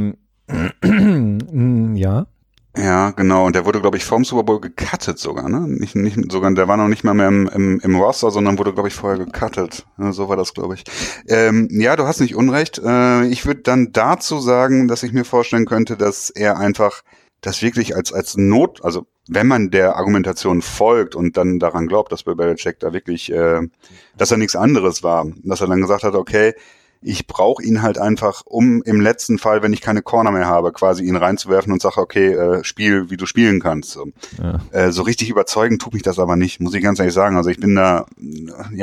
Speaker 2: Ja.
Speaker 1: Ja, genau. Und der wurde, glaube ich, vorm Super Bowl gecuttet sogar, ne? Nicht sogar, der war noch nicht mal mehr im Roster, sondern wurde, glaube ich, vorher gecuttet. Ja, so war das, glaube ich. Ja, du hast nicht unrecht. Ich würde dann dazu sagen, dass ich mir vorstellen könnte, dass er einfach das wirklich als Not, also wenn man der Argumentation folgt und dann daran glaubt, dass Bill Belichick da wirklich, dass er nichts anderes war, dass er dann gesagt hat, okay, ich brauche ihn halt einfach, um im letzten Fall, wenn ich keine Corner mehr habe, quasi ihn reinzuwerfen und sage, okay, spiel, wie du spielen kannst. So. Ja. So richtig überzeugend tut mich das aber nicht, muss ich ganz ehrlich sagen. Also ich bin da, ich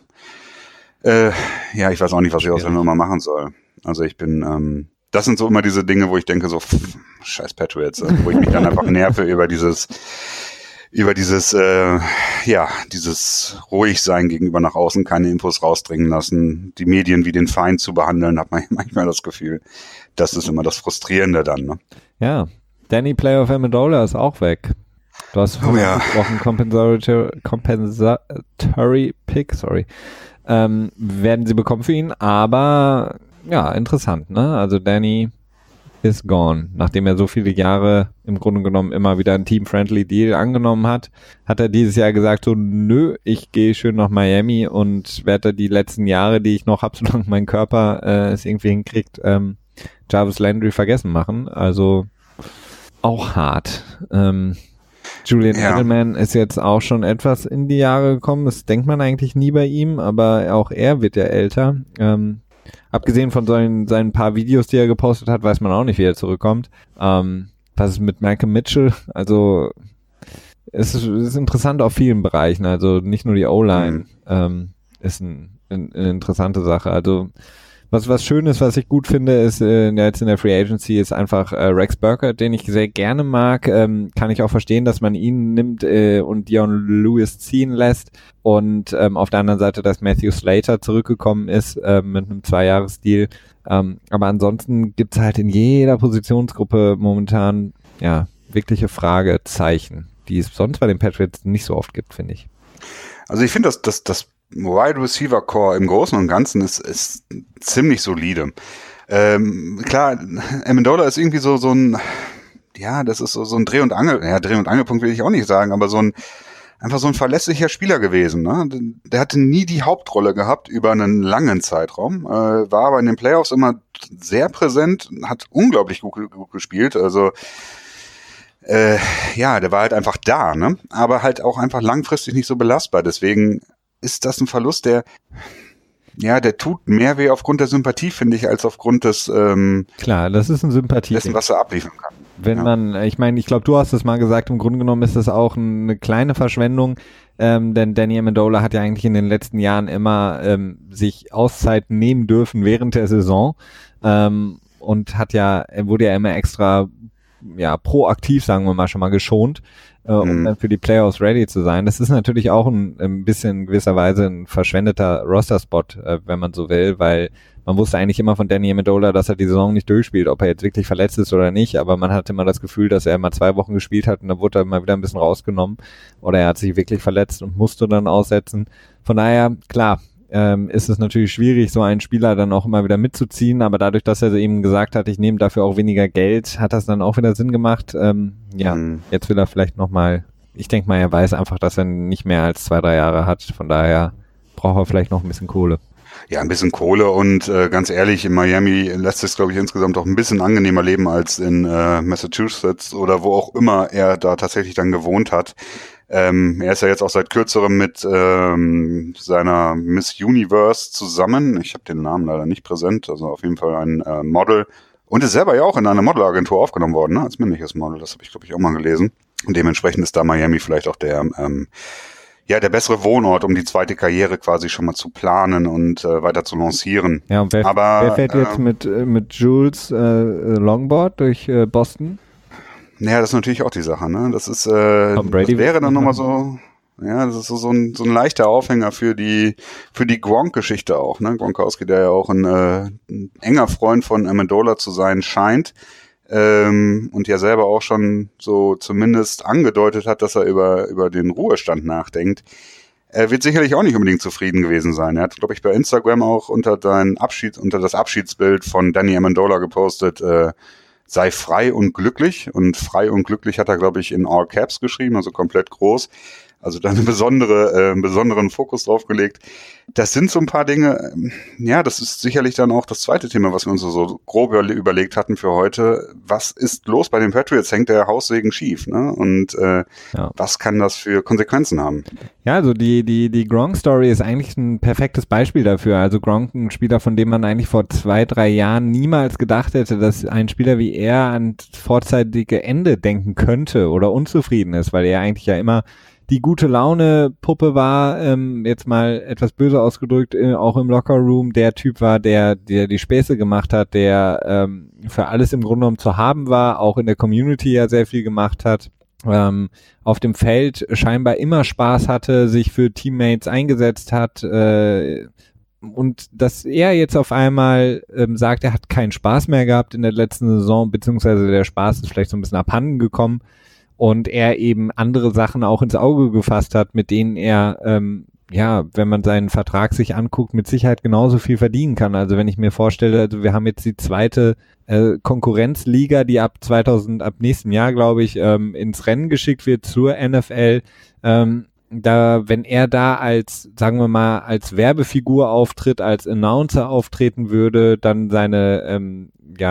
Speaker 1: weiß auch nicht, was ich aus der Nummer machen soll. Also ich bin, das sind so immer diese Dinge, wo ich denke so, scheiß Patriots, also wo ich mich dann einfach nerve über dieses, über dieses ruhig sein gegenüber nach außen, keine Infos rausdringen lassen, die Medien wie den Feind zu behandeln, hat man manchmal das Gefühl, das ist immer das Frustrierende dann. Ne?
Speaker 2: Ja, Danny Player of Amendola ist auch weg. Du hast vor Wochen Compensatory Pick, werden sie bekommen für ihn, aber ja, interessant, ne? Also Danny is gone. Nachdem er so viele Jahre im Grunde genommen immer wieder ein Team-Friendly Deal angenommen hat, hat er dieses Jahr gesagt so, nö, ich gehe schön nach Miami und werde die letzten Jahre, die ich noch habe, solange mein Körper es irgendwie hinkriegt, Jarvis Landry vergessen machen. Also auch hart. Julian Edelman ist jetzt auch schon etwas in die Jahre gekommen. Das denkt man eigentlich nie bei ihm, aber auch er wird ja älter. Abgesehen von seinen paar Videos, die er gepostet hat, weiß man auch nicht, wie er zurückkommt. Was ist mit Malcolm Mitchell? Also es ist interessant auf vielen Bereichen. Also nicht nur die O-Line ist eine interessante Sache. Also was schön ist, was ich gut finde, ist jetzt in der Free Agency, ist einfach Rex Burkhead, den ich sehr gerne mag. Kann ich auch verstehen, dass man ihn nimmt und Dion Lewis ziehen lässt. Und auf der anderen Seite, dass Matthew Slater zurückgekommen ist mit einem 2-Jahres-Deal. Aber ansonsten gibt's halt in jeder Positionsgruppe momentan wirkliche Fragezeichen, die es sonst bei den Patriots nicht so oft gibt, finde ich.
Speaker 1: Also ich finde, das Wide Receiver Core im Großen und Ganzen ist ziemlich solide. Klar, Amendola ist irgendwie so ein, das ist so ein Dreh- und Angelpunkt will ich auch nicht sagen, aber einfach so ein verlässlicher Spieler gewesen. Ne? Der hatte nie die Hauptrolle gehabt über einen langen Zeitraum, war aber in den Playoffs immer sehr präsent, hat unglaublich gut gespielt, also der war halt einfach da, ne? Aber halt auch einfach langfristig nicht so belastbar, deswegen ist das ein Verlust, der tut mehr weh aufgrund der Sympathie, finde ich, als aufgrund des
Speaker 2: Klar, das ist ein Sympathie.
Speaker 1: Dessen, was er abliefern kann.
Speaker 2: Ich glaube, du hast es mal gesagt, im Grunde genommen ist das auch eine kleine Verschwendung, denn Danny Amendola hat ja eigentlich in den letzten Jahren immer sich Auszeiten nehmen dürfen während der Saison und er wurde ja immer extra proaktiv, sagen wir mal, schon mal geschont, um dann für die Playoffs ready zu sein. Das ist natürlich auch ein bisschen in gewisser Weise ein verschwendeter Roster-Spot, wenn man so will, weil man wusste eigentlich immer von Danny Amendola, dass er die Saison nicht durchspielt, ob er jetzt wirklich verletzt ist oder nicht, aber man hatte immer das Gefühl, dass er mal 2 Wochen gespielt hat und dann wurde er mal wieder ein bisschen rausgenommen oder er hat sich wirklich verletzt und musste dann aussetzen. Von daher, klar, ist es natürlich schwierig, so einen Spieler dann auch immer wieder mitzuziehen, aber dadurch, dass er eben gesagt hat, ich nehme dafür auch weniger Geld, hat das dann auch wieder Sinn gemacht. Jetzt will er vielleicht nochmal, ich denke mal, er weiß einfach, dass er nicht mehr als 2-3 Jahre hat, von daher braucht er vielleicht noch ein bisschen Kohle.
Speaker 1: Ja, ein bisschen Kohle und ganz ehrlich, in Miami lässt es, glaube ich, insgesamt auch ein bisschen angenehmer leben als in Massachusetts oder wo auch immer er da tatsächlich dann gewohnt hat. Er ist ja jetzt auch seit kürzerem mit seiner Miss Universe zusammen. Ich habe den Namen leider nicht präsent, also auf jeden Fall ein Model. Und ist selber ja auch in einer Modelagentur aufgenommen worden, ne? Als männliches Model. Das habe ich, glaube ich, auch mal gelesen. Und dementsprechend ist da Miami vielleicht auch der bessere Wohnort, um die zweite Karriere quasi schon mal zu planen und weiter zu lancieren.
Speaker 2: Ja, und wer fährt jetzt mit Jules Longboard durch Boston?
Speaker 1: Naja, das ist natürlich auch die Sache, ne? Das ist, das wäre dann nochmal so, das ist so ein leichter Aufhänger für die Gronk-Geschichte auch, ne? Gronkowski, der ja auch ein enger Freund von Amendola zu sein scheint, und ja selber auch schon so zumindest angedeutet hat, dass er über den Ruhestand nachdenkt. Er wird sicherlich auch nicht unbedingt zufrieden gewesen sein. Er hat, glaube ich, bei Instagram auch unter das Abschiedsbild von Danny Amendola gepostet, sei frei und glücklich. Und frei und glücklich hat er, glaube ich, in All Caps geschrieben, also komplett groß. Also da einen besonderen Fokus drauf gelegt. Das sind so ein paar Dinge, das ist sicherlich dann auch das zweite Thema, was wir uns so grob überlegt hatten für heute. Was ist los bei den Patriots? Hängt der Haussegen schief, ne? Und was kann das für Konsequenzen haben?
Speaker 2: Ja, also die Gronk-Story ist eigentlich ein perfektes Beispiel dafür. Also Gronk, ein Spieler, von dem man eigentlich vor 2-3 Jahren niemals gedacht hätte, dass ein Spieler wie er an vorzeitige Ende denken könnte oder unzufrieden ist, weil er eigentlich ja immer die gute Laune-Puppe war, jetzt mal etwas böse ausgedrückt, auch im Lockerroom der Typ war, der die Späße gemacht hat, der für alles im Grunde genommen zu haben war, auch in der Community ja sehr viel gemacht hat. auf dem Feld scheinbar immer Spaß hatte, sich für Teammates eingesetzt hat, und dass er jetzt auf einmal sagt, er hat keinen Spaß mehr gehabt in der letzten Saison, beziehungsweise der Spaß ist vielleicht so ein bisschen abhanden gekommen und er eben andere Sachen auch ins Auge gefasst hat, mit denen er, wenn man seinen Vertrag sich anguckt, mit Sicherheit genauso viel verdienen kann. Also wenn ich mir vorstelle, also wir haben jetzt die zweite Konkurrenzliga, die ab nächsten Jahr, glaube ich, ins Rennen geschickt wird zur NFL, wenn er da als, sagen wir mal, als Werbefigur auftritt, als Announcer auftreten würde, dann seine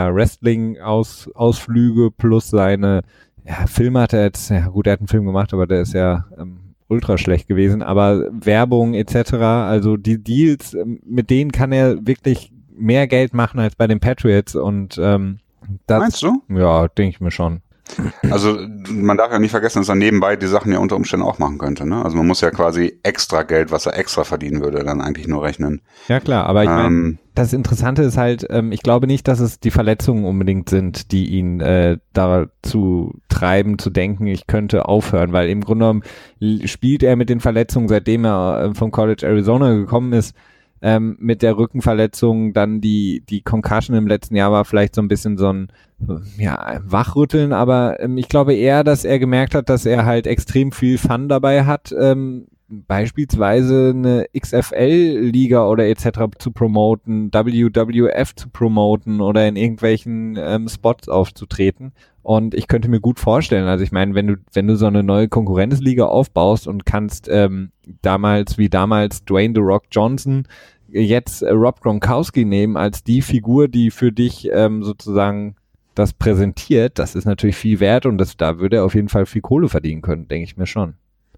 Speaker 2: Wrestling-Ausflüge plus seine Filme hat er jetzt, er hat einen Film gemacht, aber der ist ja ultra schlecht gewesen, aber Werbung etc., also die Deals, mit denen kann er wirklich mehr Geld machen als bei den Patriots und das,
Speaker 1: meinst du?
Speaker 2: Ja, denke ich mir schon.
Speaker 1: Also man darf ja nicht vergessen, dass er nebenbei die Sachen ja unter Umständen auch machen könnte, ne? Also man muss ja quasi extra Geld, was er extra verdienen würde, dann eigentlich nur rechnen.
Speaker 2: Ja klar, aber ich meine, das Interessante ist halt, ich glaube nicht, dass es die Verletzungen unbedingt sind, die ihn dazu treiben, zu denken, ich könnte aufhören, weil im Grunde genommen spielt er mit den Verletzungen, seitdem er vom College Arizona gekommen ist, mit der Rückenverletzung, dann die Concussion im letzten Jahr war vielleicht so ein bisschen so ein Wachrütteln, aber ich glaube eher, dass er gemerkt hat, dass er halt extrem viel Fun dabei hat, beispielsweise eine XFL-Liga oder etc. zu promoten, WWF zu promoten oder in irgendwelchen Spots aufzutreten. Und ich könnte mir gut vorstellen, also ich meine, wenn du so eine neue Konkurrenzliga aufbaust und kannst damals Dwayne The Rock Johnson jetzt Rob Gronkowski nehmen als die Figur, die für dich sozusagen das präsentiert, das ist natürlich viel wert und da würde er auf jeden Fall viel Kohle verdienen können, denke ich mir schon.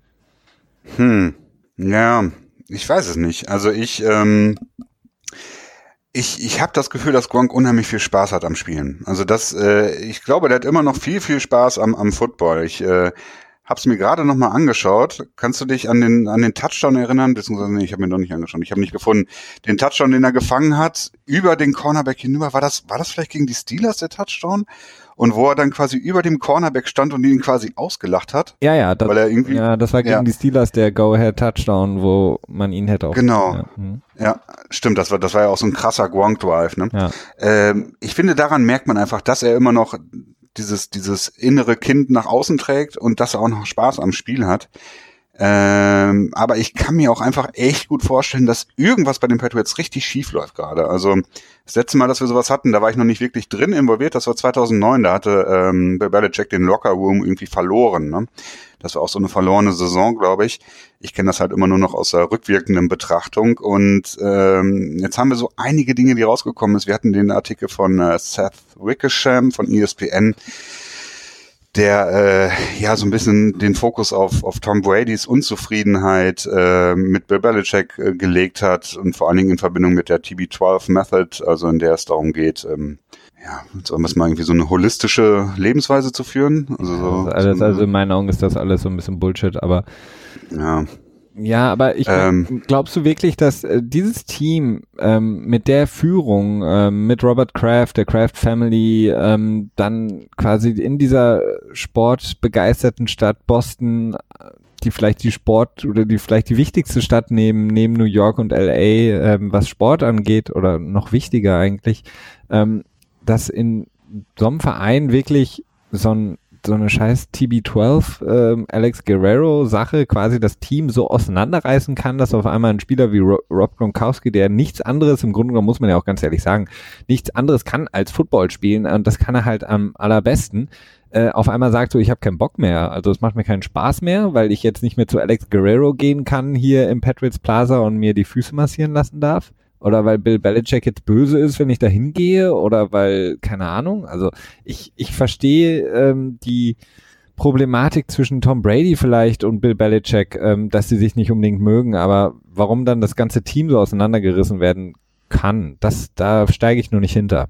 Speaker 1: Ja, ich weiß es nicht. Also ich habe das Gefühl, dass Gronk unheimlich viel Spaß hat am Spielen. Also ich glaube, der hat immer noch viel, viel Spaß am Football. Ich hab's mir gerade noch mal angeschaut. Kannst du dich an den Touchdown erinnern? Beziehungsweise, nee, ich habe mir noch nicht angeschaut. Ich habe nicht gefunden. Den Touchdown, den er gefangen hat, über den Cornerback hinüber. War das vielleicht gegen die Steelers, der Touchdown? Und wo er dann quasi über dem Cornerback stand und ihn quasi ausgelacht hat.
Speaker 2: Ja, das war gegen die Steelers der Go-Ahead-Touchdown, wo man ihn hätte auch.
Speaker 1: Genau. Ja, stimmt. Das war ja auch so ein krasser Gronk-Drive, ne? Ja. Ich finde, daran merkt man einfach, dass er immer noch dieses innere Kind nach außen trägt und dass er auch noch Spaß am Spiel hat. Aber ich kann mir auch einfach echt gut vorstellen, dass irgendwas bei den Patriots richtig schief läuft gerade. Also das letzte Mal, dass wir sowas hatten, da war ich noch nicht wirklich drin involviert, das war 2009, da hatte Bill Belichick den Locker Room irgendwie verloren, ne? Das war auch so eine verlorene Saison, glaube ich. Ich kenne das halt immer nur noch aus der rückwirkenden Betrachtung. Und jetzt haben wir so einige Dinge, die rausgekommen ist. Wir hatten den Artikel von Seth Wickersham von ESPN, der so ein bisschen den Fokus auf Tom Bradys Unzufriedenheit mit Bill Belichick gelegt hat und vor allen Dingen in Verbindung mit der TB12 Method, also in der es darum geht, sollen wir es mal irgendwie so eine holistische Lebensweise zu führen?
Speaker 2: Also in meinen Augen ist das alles so ein bisschen Bullshit, aber ja, aber glaubst du wirklich, dass dieses Team mit der Führung, mit Robert Kraft, der Kraft Family, dann quasi in dieser sportbegeisterten Stadt Boston, die vielleicht die wichtigste Stadt neben New York und LA, was Sport angeht, oder noch wichtiger eigentlich, dass in so einem Verein wirklich so eine scheiß TB12 Alex Guerrero Sache quasi das Team so auseinanderreißen kann, dass auf einmal ein Spieler wie Rob Gronkowski, der nichts anderes, im Grunde genommen muss man ja auch ganz ehrlich sagen, nichts anderes kann als Football spielen und das kann er halt am allerbesten, auf einmal sagt so, ich habe keinen Bock mehr, also es macht mir keinen Spaß mehr, weil ich jetzt nicht mehr zu Alex Guerrero gehen kann hier im Patriots Plaza und mir die Füße massieren lassen darf. Oder weil Bill Belichick jetzt böse ist, wenn ich da hingehe, oder weil, keine Ahnung, also ich verstehe die Problematik zwischen Tom Brady vielleicht und Bill Belichick, dass sie sich nicht unbedingt mögen, aber warum dann das ganze Team so auseinandergerissen werden kann, da steige ich nur nicht hinter.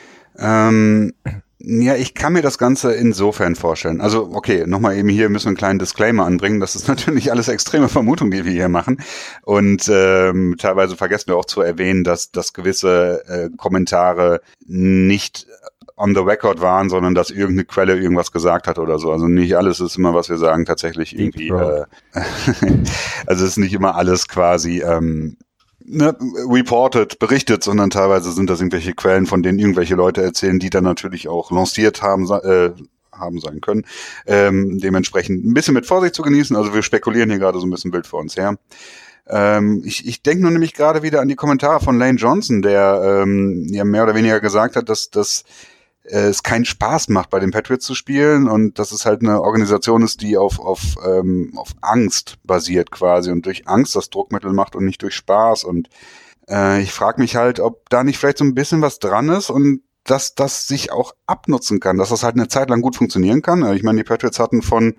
Speaker 1: Ja, ich kann mir das Ganze insofern vorstellen. Also, okay, nochmal eben hier müssen wir einen kleinen Disclaimer anbringen. Das ist natürlich alles extreme Vermutungen, die wir hier machen. Und teilweise vergessen wir auch zu erwähnen, dass gewisse Kommentare nicht on the record waren, sondern dass irgendeine Quelle irgendwas gesagt hat oder so. Also nicht alles ist immer, was wir sagen, tatsächlich irgendwie, also es ist nicht immer alles quasi reported, berichtet, sondern teilweise sind das irgendwelche Quellen, von denen irgendwelche Leute erzählen, die dann natürlich auch lanciert haben sein können. Dementsprechend ein bisschen mit Vorsicht zu genießen. Also wir spekulieren hier gerade so ein bisschen wild vor uns her. Ich denke nur nämlich gerade wieder an die Kommentare von Lane Johnson, der ja mehr oder weniger gesagt hat, dass es keinen Spaß macht, bei den Patriots zu spielen und dass es halt eine Organisation ist, die auf Angst basiert quasi und durch Angst das Druckmittel macht und nicht durch Spaß. Und ich frage mich halt, ob da nicht vielleicht so ein bisschen was dran ist und dass das sich auch abnutzen kann, dass das halt eine Zeit lang gut funktionieren kann. Ich meine, die Patriots hatten von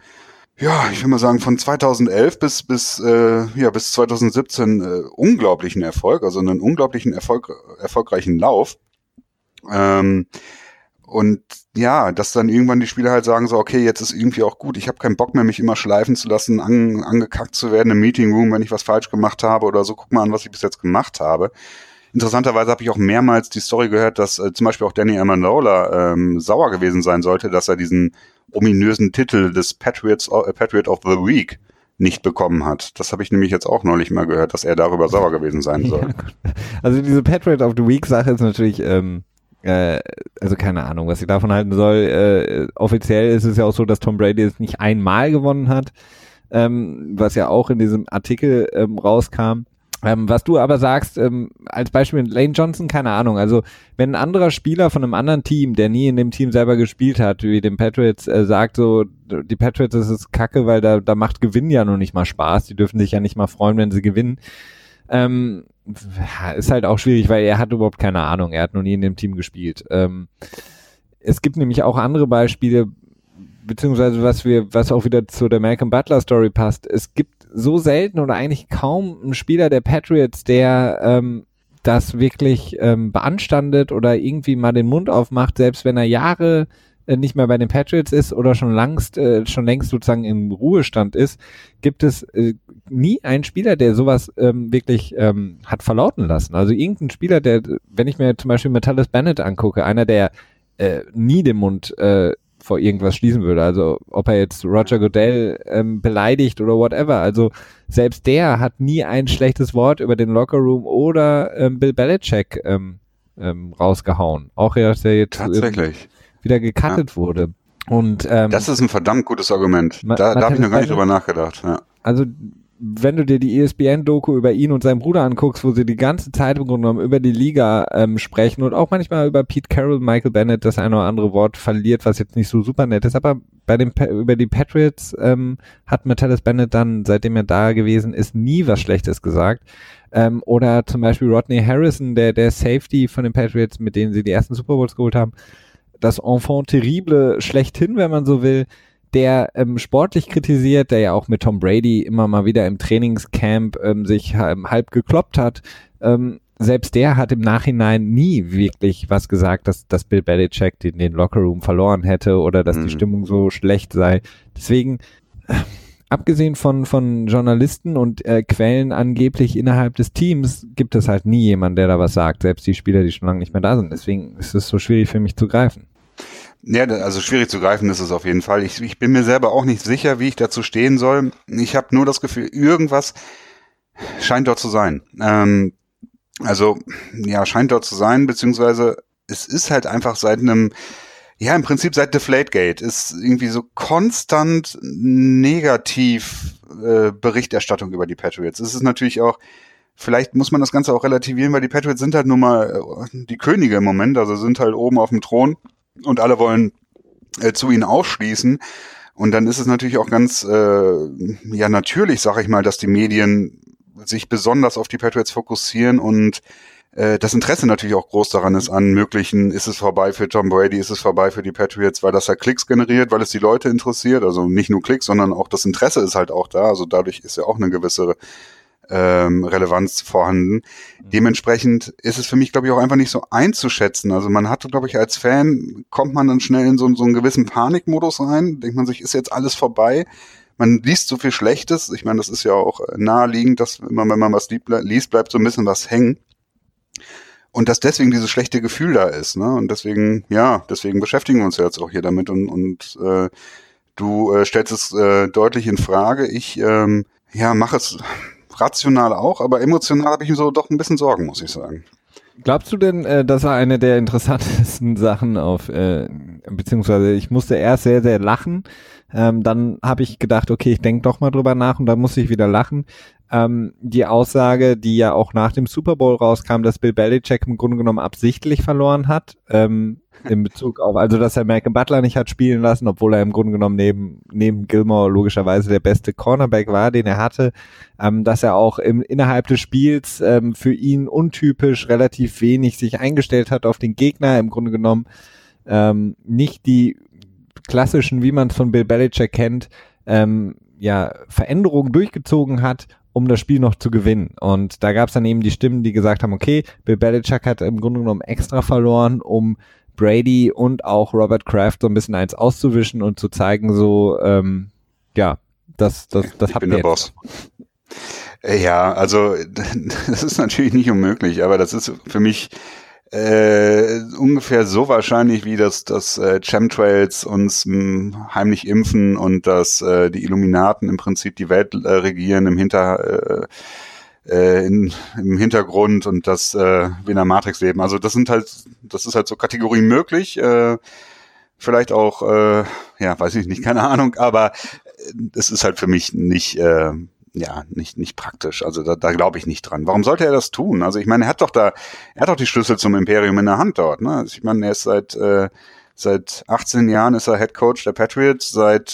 Speaker 1: 2011 bis 2017 unglaublichen Erfolg, also einen unglaublichen erfolgreichen Lauf. Und ja, dass dann irgendwann die Spieler halt sagen so, okay, jetzt ist irgendwie auch gut, ich habe keinen Bock mehr, mich immer schleifen zu lassen, angekackt zu werden im Meeting Room, wenn ich was falsch gemacht habe oder so, guck mal an, was ich bis jetzt gemacht habe. Interessanterweise habe ich auch mehrmals die Story gehört, dass zum Beispiel auch Danny Amendola sauer gewesen sein sollte, dass er diesen ominösen Titel des Patriot of the Week nicht bekommen hat. Das habe ich nämlich jetzt auch neulich mal gehört, dass er darüber sauer gewesen sein soll.
Speaker 2: Ja, also diese Patriot of the Week Sache ist natürlich, also keine Ahnung, was ich davon halten soll. Offiziell ist es ja auch so, dass Tom Brady es nicht einmal gewonnen hat, was ja auch in diesem Artikel rauskam. Was du aber sagst, als Beispiel Lane Johnson, keine Ahnung, also wenn ein anderer Spieler von einem anderen Team, der nie in dem Team selber gespielt hat, wie den Patriots, sagt so, die Patriots, das ist Kacke, weil da macht Gewinnen ja noch nicht mal Spaß, die dürfen sich ja nicht mal freuen, wenn sie gewinnen, ist halt auch schwierig, weil er hat überhaupt keine Ahnung, er hat noch nie in dem Team gespielt. Es gibt nämlich auch andere Beispiele, beziehungsweise was auch wieder zu der Malcolm Butler Story passt, es gibt so selten oder eigentlich kaum einen Spieler der Patriots, der das wirklich beanstandet oder irgendwie mal den Mund aufmacht, selbst wenn er Jahre nicht mehr bei den Patriots ist oder schon längst sozusagen im Ruhestand ist, gibt es nie einen Spieler, der sowas wirklich hat verlauten lassen. Also irgendein Spieler, der, wenn ich mir zum Beispiel Martellus Bennett angucke, einer, der nie den Mund vor irgendwas schließen würde. Also ob er jetzt Roger Goodell beleidigt oder whatever. Also selbst der hat nie ein schlechtes Wort über den Lockerroom oder Bill Belichick rausgehauen. Auch dass er jetzt wieder gecuttet wurde. Und
Speaker 1: das ist ein verdammt gutes Argument. Da habe ich noch gar nicht drüber nachgedacht. Ja.
Speaker 2: Also wenn du dir die ESPN-Doku über ihn und seinen Bruder anguckst, wo sie die ganze Zeit im Grunde genommen über die Liga sprechen und auch manchmal über Pete Carroll, Michael Bennett, das eine oder andere Wort verliert, was jetzt nicht so super nett ist, aber über die Patriots hat Martellus Bennett dann, seitdem er da gewesen ist, nie was Schlechtes gesagt. Oder zum Beispiel Rodney Harrison, der Safety von den Patriots, mit denen sie die ersten Super Bowls geholt haben, das Enfant terrible schlechthin, wenn man so will, der sportlich kritisiert, der ja auch mit Tom Brady immer mal wieder im Trainingscamp sich halb gekloppt hat. Selbst der hat im Nachhinein nie wirklich was gesagt, dass Bill Belichick den Lockerroom verloren hätte oder dass die Stimmung so schlecht sei. Deswegen, abgesehen von Journalisten und Quellen angeblich innerhalb des Teams, gibt es halt nie jemanden, der da was sagt, selbst die Spieler, die schon lange nicht mehr da sind. Deswegen ist es so schwierig für mich zu greifen.
Speaker 1: Ja, also schwierig zu greifen ist es auf jeden Fall. Ich bin mir selber auch nicht sicher, wie ich dazu stehen soll. Ich habe nur das Gefühl, irgendwas scheint dort zu sein. Scheint dort zu sein, beziehungsweise es ist halt einfach im Prinzip seit Deflategate ist irgendwie so konstant negativ Berichterstattung über die Patriots. Es ist natürlich auch, vielleicht muss man das Ganze auch relativieren, weil die Patriots sind halt nun mal die Könige im Moment, also sind halt oben auf dem Thron. Und alle wollen zu ihnen ausschließen. Und dann ist es natürlich auch ganz natürlich, sage ich mal, dass die Medien sich besonders auf die Patriots fokussieren und das Interesse natürlich auch groß daran ist an möglichen, ist es vorbei für Tom Brady, ist es vorbei für die Patriots, weil das ja Klicks generiert, weil es die Leute interessiert. Also nicht nur Klicks, sondern auch das Interesse ist halt auch da. Also dadurch ist ja auch eine gewisse Relevanz vorhanden. Dementsprechend ist es für mich, glaube ich, auch einfach nicht so einzuschätzen. Also man hat, glaube ich, als Fan, kommt man dann schnell in so einen gewissen Panikmodus rein, denkt man sich, ist jetzt alles vorbei. Man liest so viel Schlechtes. Ich meine, das ist ja auch naheliegend, dass immer, wenn man was liest, bleibt so ein bisschen was hängen. Und dass deswegen dieses schlechte Gefühl da ist, ne? Und deswegen beschäftigen wir uns jetzt auch hier damit und du stellst es deutlich in Frage. Ich mache es rational auch, aber emotional habe ich mir so doch ein bisschen Sorgen, muss ich sagen.
Speaker 2: Glaubst du denn, das war eine der interessantesten Sachen beziehungsweise ich musste erst sehr, sehr lachen, dann habe ich gedacht, okay, ich denke doch mal drüber nach und dann musste ich wieder lachen. Die Aussage, die ja auch nach dem Super Bowl rauskam, dass Bill Belichick im Grunde genommen absichtlich verloren hat, in Bezug auf, also dass er Malcolm Butler nicht hat spielen lassen, obwohl er im Grunde genommen neben Gilmore logischerweise der beste Cornerback war, den er hatte, dass er auch innerhalb des Spiels für ihn untypisch relativ wenig sich eingestellt hat auf den Gegner, im Grunde genommen nicht die klassischen, wie man es von Bill Belichick kennt, Veränderungen durchgezogen hat, um das Spiel noch zu gewinnen. Und da gab es dann eben die Stimmen, die gesagt haben, okay, Bill Belichick hat im Grunde genommen extra verloren, um Brady und auch Robert Kraft so ein bisschen eins auszuwischen und zu zeigen, so, das habt ihr
Speaker 1: der Boss. Ja, also das ist natürlich nicht unmöglich, aber das ist für mich ungefähr so wahrscheinlich, wie dass Chemtrails uns heimlich impfen und dass die Illuminaten im Prinzip die Welt regieren im Hintergrund und dass wir in der Matrix leben. Also das ist halt so Kategorien möglich, vielleicht auch, weiß ich nicht, keine Ahnung, aber es ist halt für mich nicht praktisch. Also da glaube ich nicht dran. Warum sollte er das tun? Also ich meine, er hat doch die Schlüssel zum Imperium in der Hand dort, ne? Also ich meine, er ist seit 18 Jahren ist er Head Coach der Patriots, seit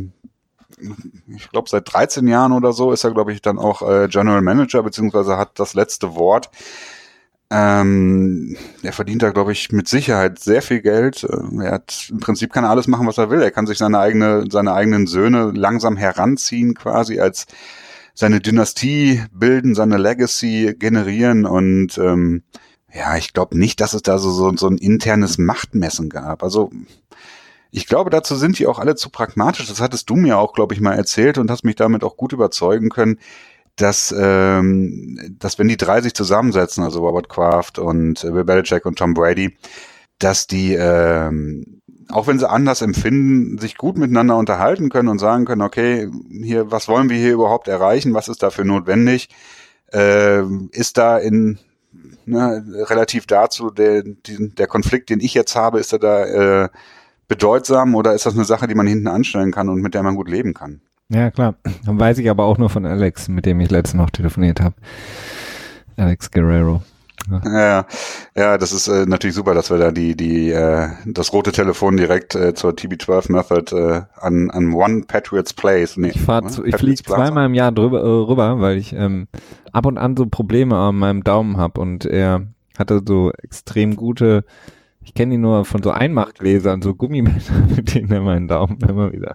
Speaker 1: 13 Jahren oder so ist er, glaube ich, dann auch General Manager, beziehungsweise hat das letzte Wort. Er verdient da, glaube ich, mit Sicherheit sehr viel Geld. Er hat im Prinzip kann er alles machen, was er will. Er kann sich seine eigenen Söhne langsam heranziehen, quasi als seine Dynastie bilden, seine Legacy generieren und ich glaube nicht, dass es da so ein internes Machtmessen gab. Also ich glaube, dazu sind die auch alle zu pragmatisch. Das hattest du mir auch, glaube ich, mal erzählt und hast mich damit auch gut überzeugen können, dass wenn die drei sich zusammensetzen, also Robert Kraft und Bill Belichick und Tom Brady, dass die auch wenn sie anders empfinden, sich gut miteinander unterhalten können und sagen können, okay, hier, was wollen wir hier überhaupt erreichen? Was ist dafür notwendig? Ist da relativ dazu der Konflikt, den ich jetzt habe, ist er da bedeutsam oder ist das eine Sache, die man hinten anstellen kann und mit der man gut leben kann?
Speaker 2: Ja, klar. Dann weiß ich aber auch nur von Alex, mit dem ich letztens noch telefoniert habe. Alex Guerrero.
Speaker 1: Ja, das ist natürlich super, dass wir da das rote Telefon direkt zur TB12 Method an One Patriots Place. Nee,
Speaker 2: ich fliege zweimal im Jahr rüber, weil ich ab und an so Probleme an meinem Daumen habe und er hatte so extrem gute, ich kenne ihn nur von so Einmachgläsern, so Gummimesser, mit denen er meinen Daumen immer wieder.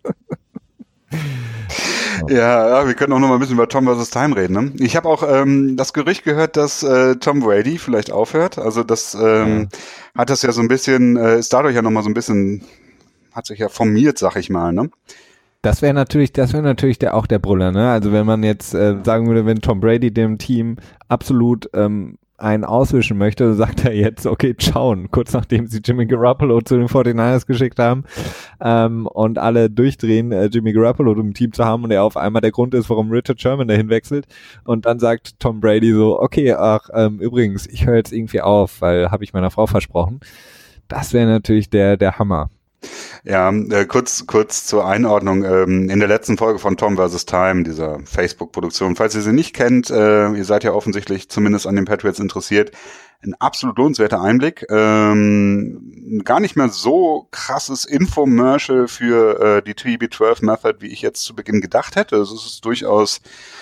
Speaker 1: Ja, wir können auch noch mal ein bisschen über Tom vs. Time reden. Ne? Ich habe auch das Gerücht gehört, dass Tom Brady vielleicht aufhört. Also das hat das ja so ein bisschen, ist dadurch ja noch mal so ein bisschen, hat sich ja formiert, sag ich mal. Ne?
Speaker 2: Das wäre natürlich auch der Brüller. Ne? Also wenn man jetzt sagen würde, wenn Tom Brady dem Team absolut einen auswischen möchte, sagt er jetzt, okay, schauen, kurz nachdem sie Jimmy Garoppolo zu den 49ers geschickt haben und alle durchdrehen, Jimmy Garoppolo im Team zu haben und er auf einmal der Grund ist, warum Richard Sherman dahin wechselt und dann sagt Tom Brady so, okay, übrigens, ich höre jetzt irgendwie auf, weil habe ich meiner Frau versprochen. Das wäre natürlich der Hammer.
Speaker 1: Ja, kurz zur Einordnung. In der letzten Folge von Tom vs. Time, dieser Facebook-Produktion, falls ihr sie nicht kennt, ihr seid ja offensichtlich zumindest an den Patriots interessiert, ein absolut lohnenswerter Einblick. Gar nicht mehr so krasses Infomercial für die TB12-Method, wie ich jetzt zu Beginn gedacht hätte. Es ist durchaus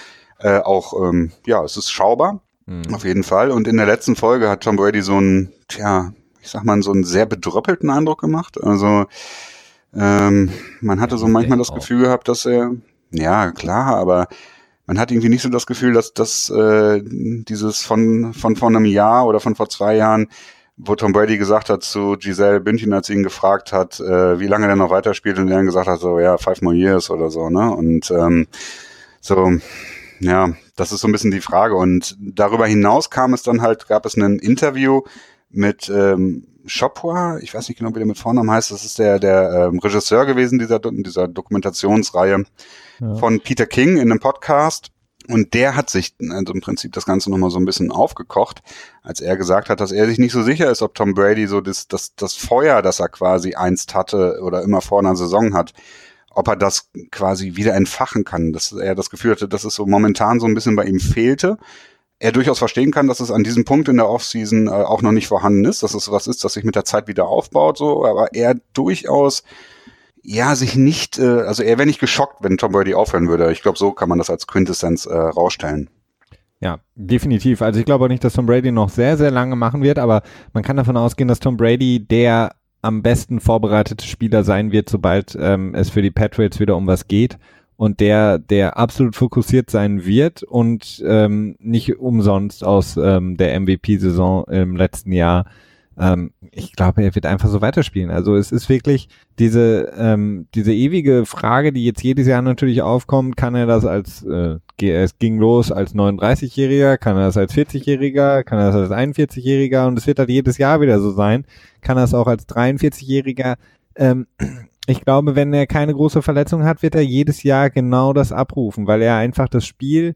Speaker 1: es ist schaubar, auf jeden Fall. Und in der letzten Folge hat Tom Brady so einen sehr bedröppelten Eindruck gemacht. Also man hatte so manchmal das Gefühl gehabt, dass er, ja klar, aber man hat irgendwie nicht so das Gefühl, dass dieses von vor einem Jahr oder von vor 2 Jahren, wo Tom Brady gesagt hat zu Gisele Bündchen, als sie ihn gefragt hat, wie lange er noch weiterspielt, und er dann gesagt hat, so, ja, 5 more years oder so, ne? Und Das ist so ein bisschen die Frage. Und darüber hinaus gab es ein Interview mit Chopra, ich weiß nicht genau, wie der mit Vornamen heißt, das ist der Regisseur gewesen dieser Dokumentationsreihe von Peter King in einem Podcast. Und der hat sich also im Prinzip das Ganze nochmal so ein bisschen aufgekocht, als er gesagt hat, dass er sich nicht so sicher ist, ob Tom Brady so das Feuer, das er quasi einst hatte oder immer vor einer Saison hat, ob er das quasi wieder entfachen kann, dass er das Gefühl hatte, dass es so momentan so ein bisschen bei ihm fehlte. Er durchaus verstehen kann, dass es an diesem Punkt in der Offseason auch noch nicht vorhanden ist, dass es was ist, das sich mit der Zeit wieder aufbaut, so, aber er durchaus sich nicht, also er wäre nicht geschockt, wenn Tom Brady aufhören würde. Ich glaube, so kann man das als Quintessenz rausstellen.
Speaker 2: Ja, definitiv. Also ich glaube auch nicht, dass Tom Brady noch sehr, sehr lange machen wird, aber man kann davon ausgehen, dass Tom Brady der am besten vorbereitete Spieler sein wird, sobald es für die Patriots wieder um was geht und der absolut fokussiert sein wird und nicht umsonst aus der MVP-Saison im letzten Jahr. Ich glaube, er wird einfach so weiterspielen. Also es ist wirklich diese ewige Frage, die jetzt jedes Jahr natürlich aufkommt, kann er das es ging los als 39-Jähriger, kann er das als 40-Jähriger, kann er das als 41-Jähriger und es wird halt jedes Jahr wieder so sein, kann er es auch als 43-Jähriger. Ich glaube, wenn er keine große Verletzung hat, wird er jedes Jahr genau das abrufen, weil er einfach das Spiel,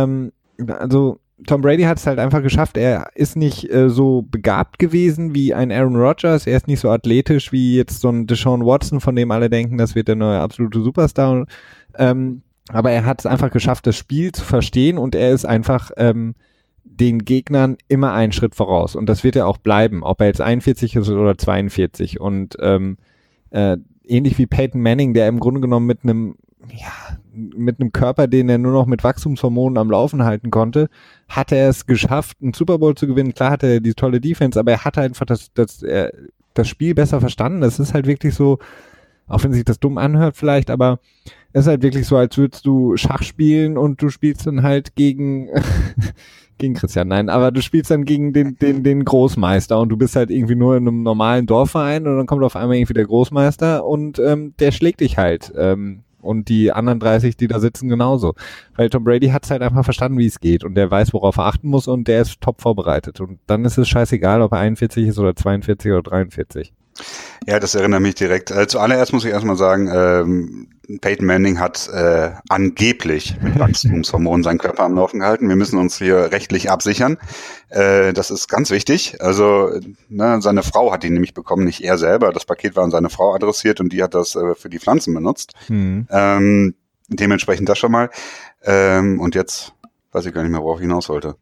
Speaker 2: Tom Brady hat es halt einfach geschafft, er ist nicht so begabt gewesen wie ein Aaron Rodgers, er ist nicht so athletisch wie jetzt so ein Deshaun Watson, von dem alle denken, das wird der neue absolute Superstar, aber er hat es einfach geschafft, das Spiel zu verstehen und er ist einfach den Gegnern immer einen Schritt voraus und das wird er auch bleiben, ob er jetzt 41 ist oder 42 und ähnlich wie Peyton Manning, der im Grunde genommen mit einem Körper, den er nur noch mit Wachstumshormonen am Laufen halten konnte, hat er es geschafft, einen Super Bowl zu gewinnen. Klar hatte er die tolle Defense, aber er hat einfach das Spiel besser verstanden. Das ist halt wirklich so, auch wenn sich das dumm anhört vielleicht, aber es ist halt wirklich so, als würdest du Schach spielen und du spielst dann halt gegen Christian, nein, aber du spielst dann gegen den Großmeister und du bist halt irgendwie nur in einem normalen Dorfverein und dann kommt auf einmal irgendwie der Großmeister und der schlägt dich halt. Und die anderen 30, die da sitzen, genauso. Weil Tom Brady hat es halt einfach verstanden, wie es geht und der weiß, worauf er achten muss und der ist top vorbereitet. Und dann ist es scheißegal, ob er 41 ist oder 42 oder 43.
Speaker 1: Ja, das erinnert mich direkt. Zuallererst muss ich erstmal sagen, Peyton Manning hat angeblich mit Wachstumshormonen seinen Körper am Laufen gehalten. Wir müssen uns hier rechtlich absichern. Das ist ganz wichtig. Also seine Frau hat ihn nämlich bekommen, nicht er selber. Das Paket war an seine Frau adressiert und die hat das für die Pflanzen benutzt. Dementsprechend das schon mal. Und jetzt weiß ich gar nicht mehr, worauf ich hinaus wollte.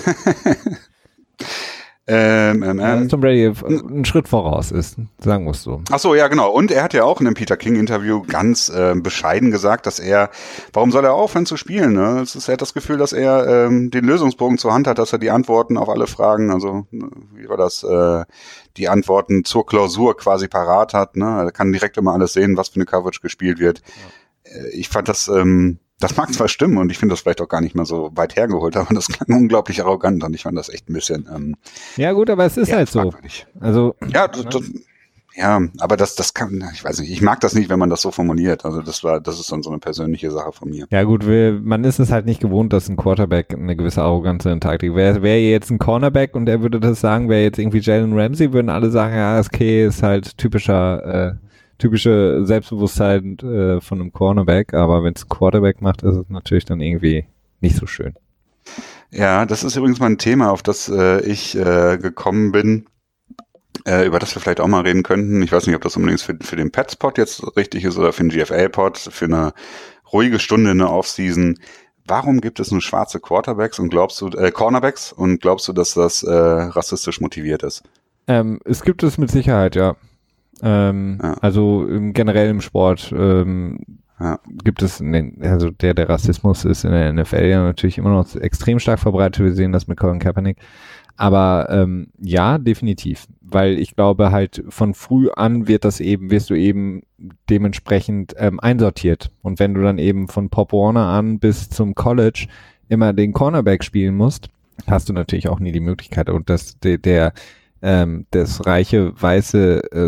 Speaker 2: Tom Brady einen Schritt voraus ist, sagen wir es so.
Speaker 1: Ach so, ja genau. Und er hat ja auch in einem Peter King Interview ganz bescheiden gesagt, dass warum soll er aufhören zu spielen? Ne? Er hat das Gefühl, dass er den Lösungsbogen zur Hand hat, dass er die Antworten auf alle Fragen, also wie war das, die Antworten zur Klausur quasi parat hat. Ne? Er kann direkt immer alles sehen, was für eine Coverage gespielt wird. Ja. Ich fand das mag zwar stimmen und ich finde das vielleicht auch gar nicht mehr so weit hergeholt, aber das klang unglaublich arrogant und ich fand das echt ein bisschen
Speaker 2: ja gut, aber es ist halt so. Also
Speaker 1: ja, aber das kann, ich weiß nicht, ich mag das nicht, wenn man das so formuliert. Also das ist dann so eine persönliche Sache von mir.
Speaker 2: Ja gut, man ist es halt nicht gewohnt, dass ein Quarterback eine gewisse Arroganz in Taktik. Wäre jetzt ein Cornerback und er würde das sagen, wäre jetzt irgendwie Jalen Ramsey, würden alle sagen, ja, okay, ist halt typische Selbstbewusstsein von einem Cornerback, aber wenn es ein Quarterback macht, ist es natürlich dann irgendwie nicht so schön.
Speaker 1: Ja, das ist übrigens mal ein Thema, auf das ich gekommen bin, über das wir vielleicht auch mal reden könnten. Ich weiß nicht, ob das unbedingt für den Petspot jetzt richtig ist oder für den GFL-Pod, für eine ruhige Stunde in der Offseason. Warum gibt es nur schwarze Cornerbacks und glaubst du, dass das rassistisch motiviert ist?
Speaker 2: Es gibt es mit Sicherheit, ja. Also generell im Sport gibt es, also der Rassismus ist in der NFL ja natürlich immer noch extrem stark verbreitet. Wir sehen das mit Colin Kaepernick. Aber ja, definitiv. Weil ich glaube halt von früh an wirst du eben dementsprechend einsortiert. Und wenn du dann eben von Pop Warner an bis zum College immer den Cornerback spielen musst, hast du natürlich auch nie die Möglichkeit. Und das reiche weiße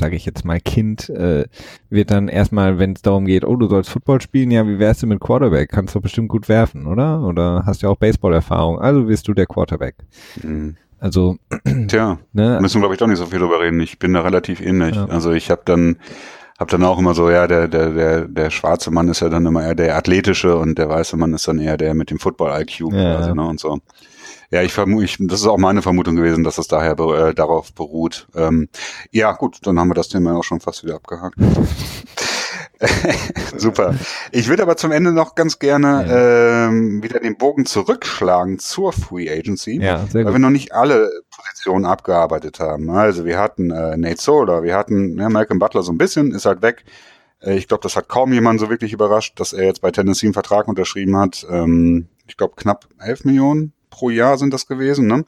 Speaker 2: sage ich jetzt mal, Kind, wird dann erstmal, wenn es darum geht, oh, du sollst Football spielen, ja, wie wärst du mit Quarterback? Kannst du bestimmt gut werfen, oder? Oder hast ja auch Baseball-Erfahrung, also wirst du der Quarterback.
Speaker 1: Mhm.
Speaker 2: Also,
Speaker 1: tja,
Speaker 2: ne?
Speaker 1: Müssen wir, glaube ich, doch nicht so viel drüber reden. Ich bin da relativ ähnlich.
Speaker 2: Ja.
Speaker 1: Also ich habe dann auch immer so, ja, der schwarze Mann ist ja dann immer eher der athletische und der weiße Mann ist dann eher der mit dem Football-IQ quasi, ne, und so. Ja, das ist auch meine Vermutung gewesen, dass es daher darauf beruht. Ja, gut, dann haben wir das Thema auch schon fast wieder abgehakt. Super. Ich würde aber zum Ende noch ganz gerne wieder den Bogen zurückschlagen zur Free Agency, weil wir noch nicht alle Positionen abgearbeitet haben. Also wir hatten Nate Solder, wir hatten Malcolm Butler so ein bisschen, ist halt weg. Ich glaube, das hat kaum jemand so wirklich überrascht, dass er jetzt bei Tennessee einen Vertrag unterschrieben hat. Ich glaube, knapp 11 Millionen pro Jahr sind das gewesen, ne?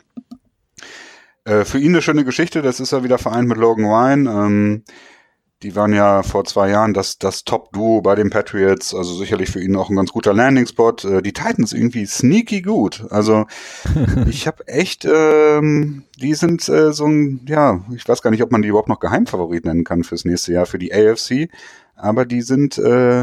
Speaker 1: Für ihn eine schöne Geschichte, das ist er wieder vereint mit Logan Ryan. Die waren ja vor 2 Jahren das Top-Duo bei den Patriots, also sicherlich für ihn auch ein ganz guter Landing-Spot. Die Titans irgendwie sneaky gut. Also ich habe echt, die sind so ein, ja, ich weiß gar nicht, ob man die überhaupt noch Geheimfavorit nennen kann fürs nächste Jahr, für die AFC, aber die sind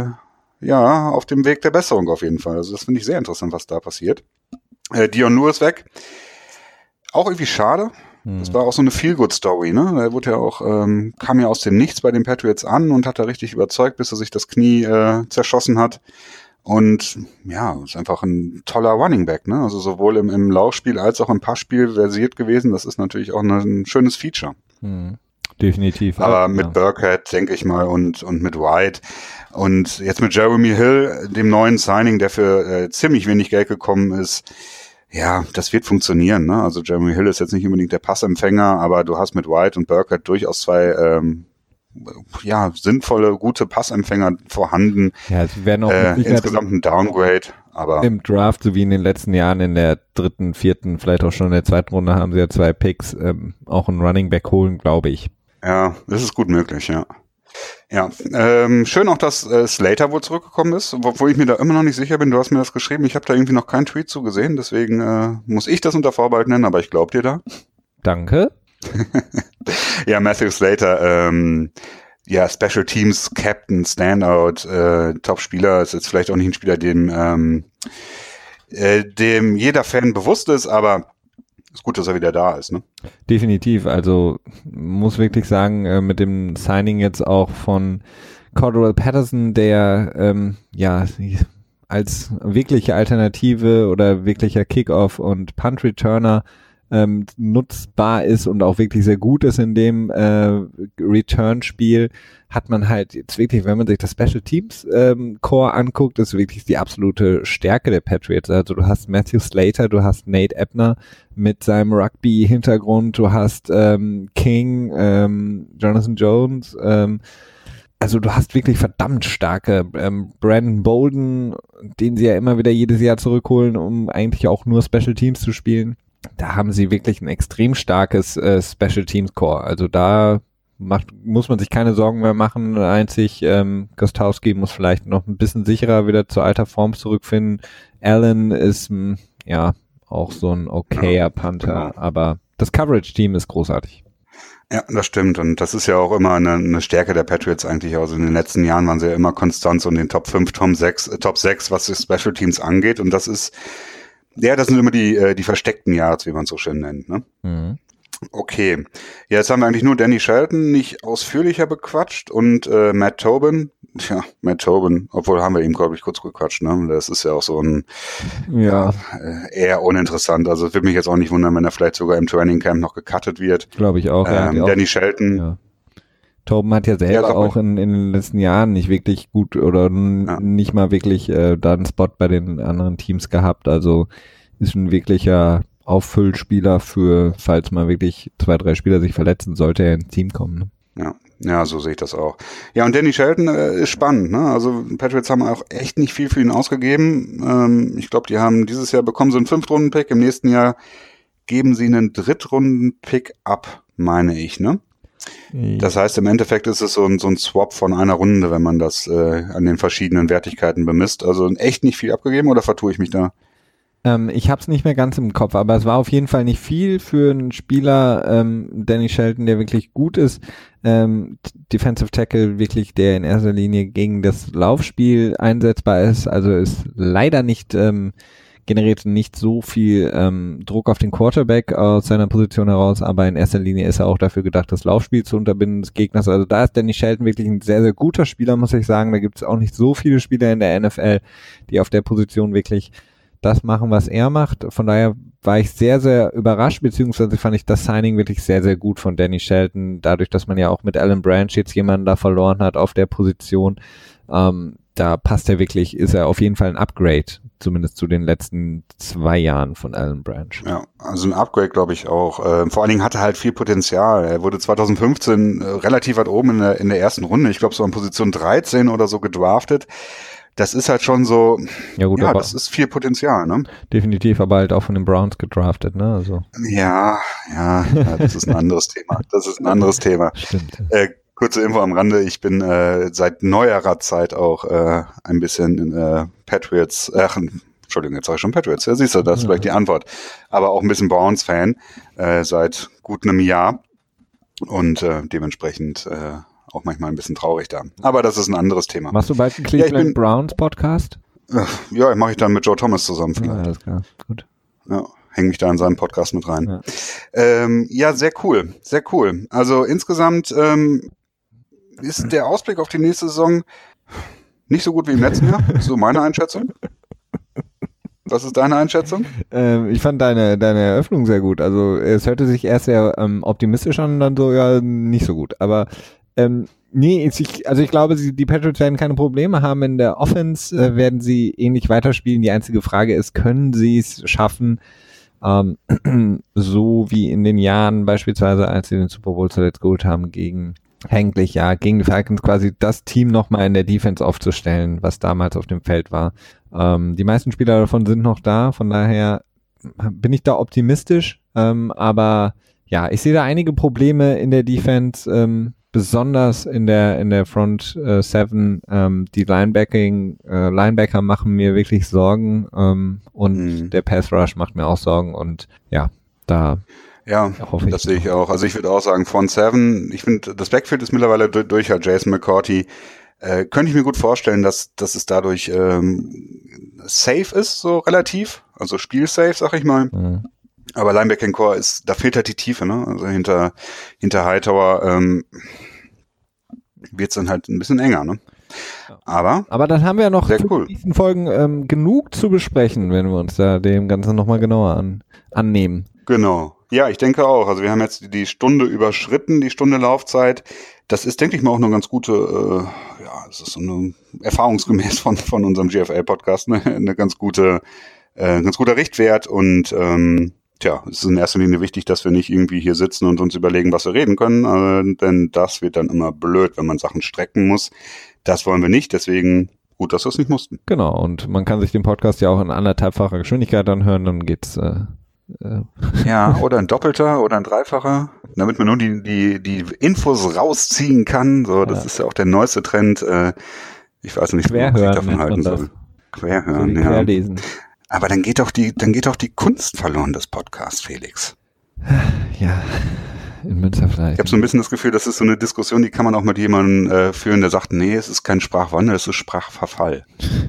Speaker 1: ja auf dem Weg der Besserung auf jeden Fall. Also das finde ich sehr interessant, was da passiert. Dion Lewis weg. Auch irgendwie schade. Das war auch so eine Feel-Good-Story, ne? Er wurde ja auch, kam ja aus dem Nichts bei den Patriots an und hat da richtig überzeugt, bis er sich das Knie zerschossen hat. Und ja, ist einfach ein toller Running Back, ne? Also sowohl im Laufspiel als auch im Passspiel versiert gewesen. Das ist natürlich auch ein schönes Feature.
Speaker 2: Definitiv.
Speaker 1: Aber mit Burkhead, denke ich mal, und mit White. Und jetzt mit Jeremy Hill, dem neuen Signing, der für ziemlich wenig Geld gekommen ist, ja, das wird funktionieren, ne? Also Jeremy Hill ist jetzt nicht unbedingt der Passempfänger, aber du hast mit White und Burkhead durchaus 2 sinnvolle, gute Passempfänger vorhanden.
Speaker 2: Ja, es werden auch
Speaker 1: insgesamt ein Downgrade, aber
Speaker 2: im Draft, so wie in den letzten Jahren, in der 3., 4., vielleicht auch schon in der 2. Runde haben sie ja 2 Picks, auch einen Running Back holen, glaube ich.
Speaker 1: Ja, das ist gut möglich, ja. Ja, schön auch, dass Slater wohl zurückgekommen ist, obwohl ich mir da immer noch nicht sicher bin. Du hast mir das geschrieben, ich habe da irgendwie noch keinen Tweet zugesehen, deswegen muss ich das unter Vorbehalt nennen, aber ich glaube dir da.
Speaker 2: Danke.
Speaker 1: Ja, Matthew Slater, Special Teams Captain, Standout, Top-Spieler, ist jetzt vielleicht auch nicht ein Spieler, dem jeder Fan bewusst ist, aber ist gut, dass er wieder da ist, ne?
Speaker 2: Definitiv, also muss wirklich sagen, mit dem Signing jetzt auch von Cordarrelle Patterson, der als wirkliche Alternative oder wirklicher Kickoff und Punt-Returner nutzbar ist und auch wirklich sehr gut ist in dem Return-Spiel, hat man halt jetzt wirklich, wenn man sich das Special Teams Core anguckt, ist wirklich die absolute Stärke der Patriots. Also du hast Matthew Slater, du hast Nate Ebner mit seinem Rugby-Hintergrund, du hast King, Jonathan Jones, also du hast wirklich verdammt starke Brandon Bolden, den sie ja immer wieder jedes Jahr zurückholen, um eigentlich auch nur Special Teams zu spielen. Da haben sie wirklich ein extrem starkes Special Teams Core. Also da muss man sich keine Sorgen mehr machen. Einzig Gostowski muss vielleicht noch ein bisschen sicherer wieder zur alter Form zurückfinden. Allen ist auch so ein okayer Punter, aber das Coverage-Team ist großartig.
Speaker 1: Ja, das stimmt. Und das ist ja auch immer eine Stärke der Patriots eigentlich. Also in den letzten Jahren waren sie ja immer konstant so in den Top 5, Top 6, was die Special Teams angeht. Und das ist das sind immer die versteckten Yards, wie man es so schön nennt, ne?
Speaker 2: Mhm.
Speaker 1: Okay. Ja, jetzt haben wir eigentlich nur Danny Shelton nicht ausführlicher bequatscht und Matt Tobin. Tja, Matt Tobin, obwohl haben wir ihm, glaube ich, kurz gequatscht, ne? Das ist ja auch so ein eher uninteressant. Also es würde mich jetzt auch nicht wundern, wenn er vielleicht sogar im Training Camp noch gecuttet wird.
Speaker 2: Glaube ich auch.
Speaker 1: Danny Shelton.
Speaker 2: Ja. Tobin hat ja selber auch in den letzten Jahren nicht wirklich gut oder nicht mal wirklich da einen Spot bei den anderen Teams gehabt. Also ist ein wirklicher Auffüllspieler für, falls mal wirklich 2, 3 Spieler sich verletzen, sollte er ins Team kommen. Ne?
Speaker 1: Ja, so sehe ich das auch. Ja, und Danny Shelton ist spannend, ne? Also Patriots haben auch echt nicht viel für ihn ausgegeben. Ich glaube, die haben dieses Jahr bekommen so einen 5-Runden-Pick. Im nächsten Jahr geben sie einen 3-Runden-Pick ab, meine ich, ne? Das heißt, im Endeffekt ist es so ein Swap von einer Runde, wenn man das an den verschiedenen Wertigkeiten bemisst. Also echt nicht viel abgegeben, oder vertue ich mich da?
Speaker 2: Ich habe es nicht mehr ganz im Kopf, aber es war auf jeden Fall nicht viel für einen Spieler, Danny Shelton, der wirklich gut ist, Defensive Tackle wirklich, der in erster Linie gegen das Laufspiel einsetzbar ist, also ist leider nicht generiert nicht so viel Druck auf den Quarterback aus seiner Position heraus, aber in erster Linie ist er auch dafür gedacht, das Laufspiel zu unterbinden des Gegners. Also da ist Danny Shelton wirklich ein sehr, sehr guter Spieler, muss ich sagen. Da gibt es auch nicht so viele Spieler in der NFL, die auf der Position wirklich das machen, was er macht. Von daher war ich sehr, sehr überrascht, beziehungsweise fand ich das Signing wirklich sehr, sehr gut von Danny Shelton, dadurch, dass man ja auch mit Alan Branch jetzt jemanden da verloren hat auf der Position. Da passt er wirklich, ist er auf jeden Fall ein Upgrade, zumindest zu den letzten 2 Jahren von Alan Branch.
Speaker 1: Ja, also ein Upgrade glaube ich auch. Vor allen Dingen hatte er halt viel Potenzial. Er wurde 2015 relativ weit oben in der ersten Runde, ich glaube so an Position 13 oder so gedraftet. Das ist halt schon so,
Speaker 2: ja, gut,
Speaker 1: ja, das ist viel Potenzial, ne?
Speaker 2: Definitiv, aber halt auch von den Browns gedraftet, ne? Also.
Speaker 1: Ja, das ist ein anderes Thema.
Speaker 2: Stimmt.
Speaker 1: Kurze Info am Rande, ich bin seit neuerer Zeit auch ein bisschen in Patriots, Entschuldigung, jetzt sage ich schon Patriots, ja, siehst du, das ist vielleicht die Antwort, aber auch ein bisschen Browns-Fan seit gut einem Jahr und dementsprechend auch manchmal ein bisschen traurig da. Aber das ist ein anderes Thema.
Speaker 2: Machst du bald einen Cleveland Browns Podcast?
Speaker 1: Ja, mache ich dann mit Joe Thomas zusammen vielleicht.
Speaker 2: Ja, alles klar, gut.
Speaker 1: Ja, hänge mich da in seinen Podcast mit rein. Ja, sehr cool, sehr cool. Also insgesamt ist der Ausblick auf die nächste Saison nicht so gut wie im letzten Jahr. So meine Einschätzung. Was ist deine Einschätzung?
Speaker 2: Ich fand deine Eröffnung sehr gut. Also es hörte sich erst sehr optimistisch an und dann so, ja, nicht so gut. Aber nee, ich glaube, die Patriots werden keine Probleme haben. In der Offense werden sie ähnlich weiterspielen. Die einzige Frage ist, können sie es schaffen, so wie in den Jahren beispielsweise, als sie den Super Bowl zuletzt geholt haben, gegen die Falcons quasi das Team nochmal in der Defense aufzustellen, was damals auf dem Feld war. Die meisten Spieler davon sind noch da, von daher bin ich da optimistisch, aber ja, ich sehe da einige Probleme in der Defense, besonders in der Front 7, die Linebacker machen mir wirklich Sorgen und der Pass Rush macht mir auch Sorgen und ja, da hoffe ich.
Speaker 1: Das sehe ich auch. Also ich würde auch sagen, Front 7, ich finde, das Backfield ist mittlerweile durch Jason McCourty. Könnte ich mir gut vorstellen, dass es dadurch safe ist, so relativ, also spielsafe, sag ich mal. Mhm. Aber Linebacking Core da fehlt halt die Tiefe, ne? Also hinter Hightower wird's dann halt ein bisschen enger, ne? Aber
Speaker 2: dann haben wir ja noch
Speaker 1: in
Speaker 2: den nächsten Folgen genug zu besprechen, wenn wir uns da dem Ganzen nochmal genauer annehmen.
Speaker 1: Genau. Ja, ich denke auch. Also wir haben jetzt die Stunde überschritten, die Stunde Laufzeit. Das ist, denke ich mal, auch eine ganz gute, das ist so eine erfahrungsgemäß von unserem GFL-Podcast, ne? Eine ganz guter Richtwert und es ist in erster Linie wichtig, dass wir nicht irgendwie hier sitzen und uns überlegen, was wir reden können, denn das wird dann immer blöd, wenn man Sachen strecken muss. Das wollen wir nicht, deswegen gut, dass wir es nicht mussten.
Speaker 2: Genau, und man kann sich den Podcast ja auch in 1,5-facher Geschwindigkeit anhören, dann geht's
Speaker 1: ja, oder ein doppelter oder ein dreifacher, damit man nur die Infos rausziehen kann. So, das ist ja auch der neueste Trend. Ich weiß nicht,
Speaker 2: was ich
Speaker 1: davon halten soll. Querhören,
Speaker 2: so Querlesen.
Speaker 1: Aber dann geht doch die Kunst verloren des Podcasts, Felix.
Speaker 2: Ja, in Münster vielleicht.
Speaker 1: Ich habe so ein bisschen das Gefühl, das ist so eine Diskussion, die kann man auch mit jemandem führen, der sagt, nee, es ist kein Sprachwandel, es ist Sprachverfall.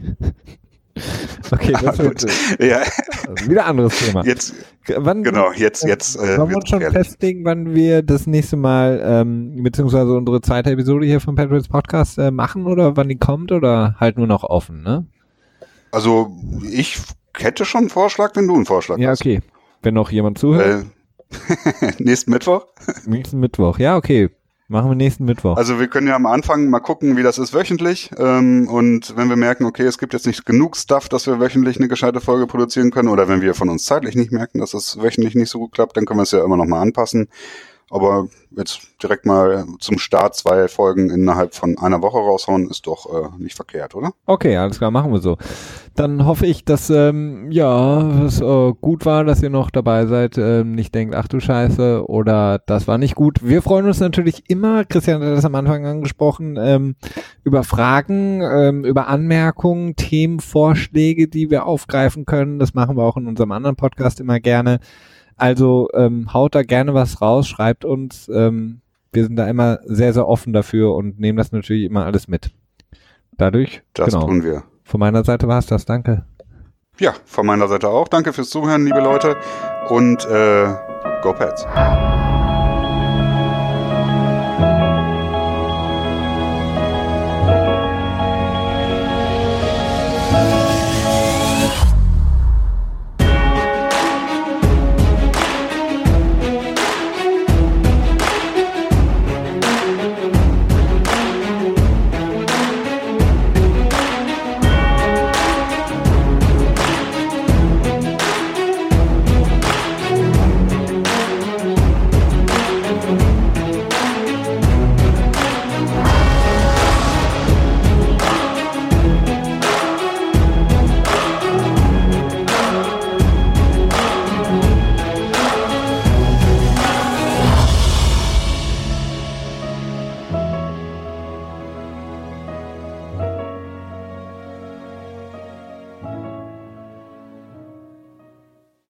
Speaker 2: Okay, das wird wieder ein anderes Thema.
Speaker 1: Jetzt
Speaker 2: wollen wir uns schon festlegen, wann wir das nächste Mal, beziehungsweise unsere zweite Episode hier vom Patriots Podcast machen oder wann die kommt oder halt nur noch offen, ne?
Speaker 1: Also ich hätte schon einen Vorschlag, wenn du einen Vorschlag hast.
Speaker 2: Ja, okay. Wenn noch jemand zuhört.
Speaker 1: Nächsten Mittwoch?
Speaker 2: Nächsten Mittwoch, ja, okay. Machen wir nächsten Mittwoch.
Speaker 1: Also wir können ja am Anfang mal gucken, wie das ist wöchentlich. Und wenn wir merken, okay, es gibt jetzt nicht genug Stuff, dass wir wöchentlich eine gescheite Folge produzieren können, oder wenn wir von uns zeitlich nicht merken, dass es wöchentlich nicht so gut klappt, dann können wir es ja immer noch mal anpassen. Aber jetzt direkt mal zum Start 2 Folgen innerhalb von einer Woche raushauen, ist doch nicht verkehrt, oder?
Speaker 2: Okay, alles klar, machen wir so. Dann hoffe ich, dass es gut war, dass ihr noch dabei seid, nicht denkt, ach du Scheiße, oder das war nicht gut. Wir freuen uns natürlich immer, Christian hat das am Anfang angesprochen, über Fragen, über Anmerkungen, Themenvorschläge, die wir aufgreifen können. Das machen wir auch in unserem anderen Podcast immer gerne. Also haut da gerne was raus, schreibt uns. Wir sind da immer sehr, sehr offen dafür und nehmen das natürlich immer alles mit. Dadurch,
Speaker 1: das tun wir.
Speaker 2: Von meiner Seite war es das, danke.
Speaker 1: Ja, von meiner Seite auch. Danke fürs Zuhören, liebe Leute. Und Go Pets.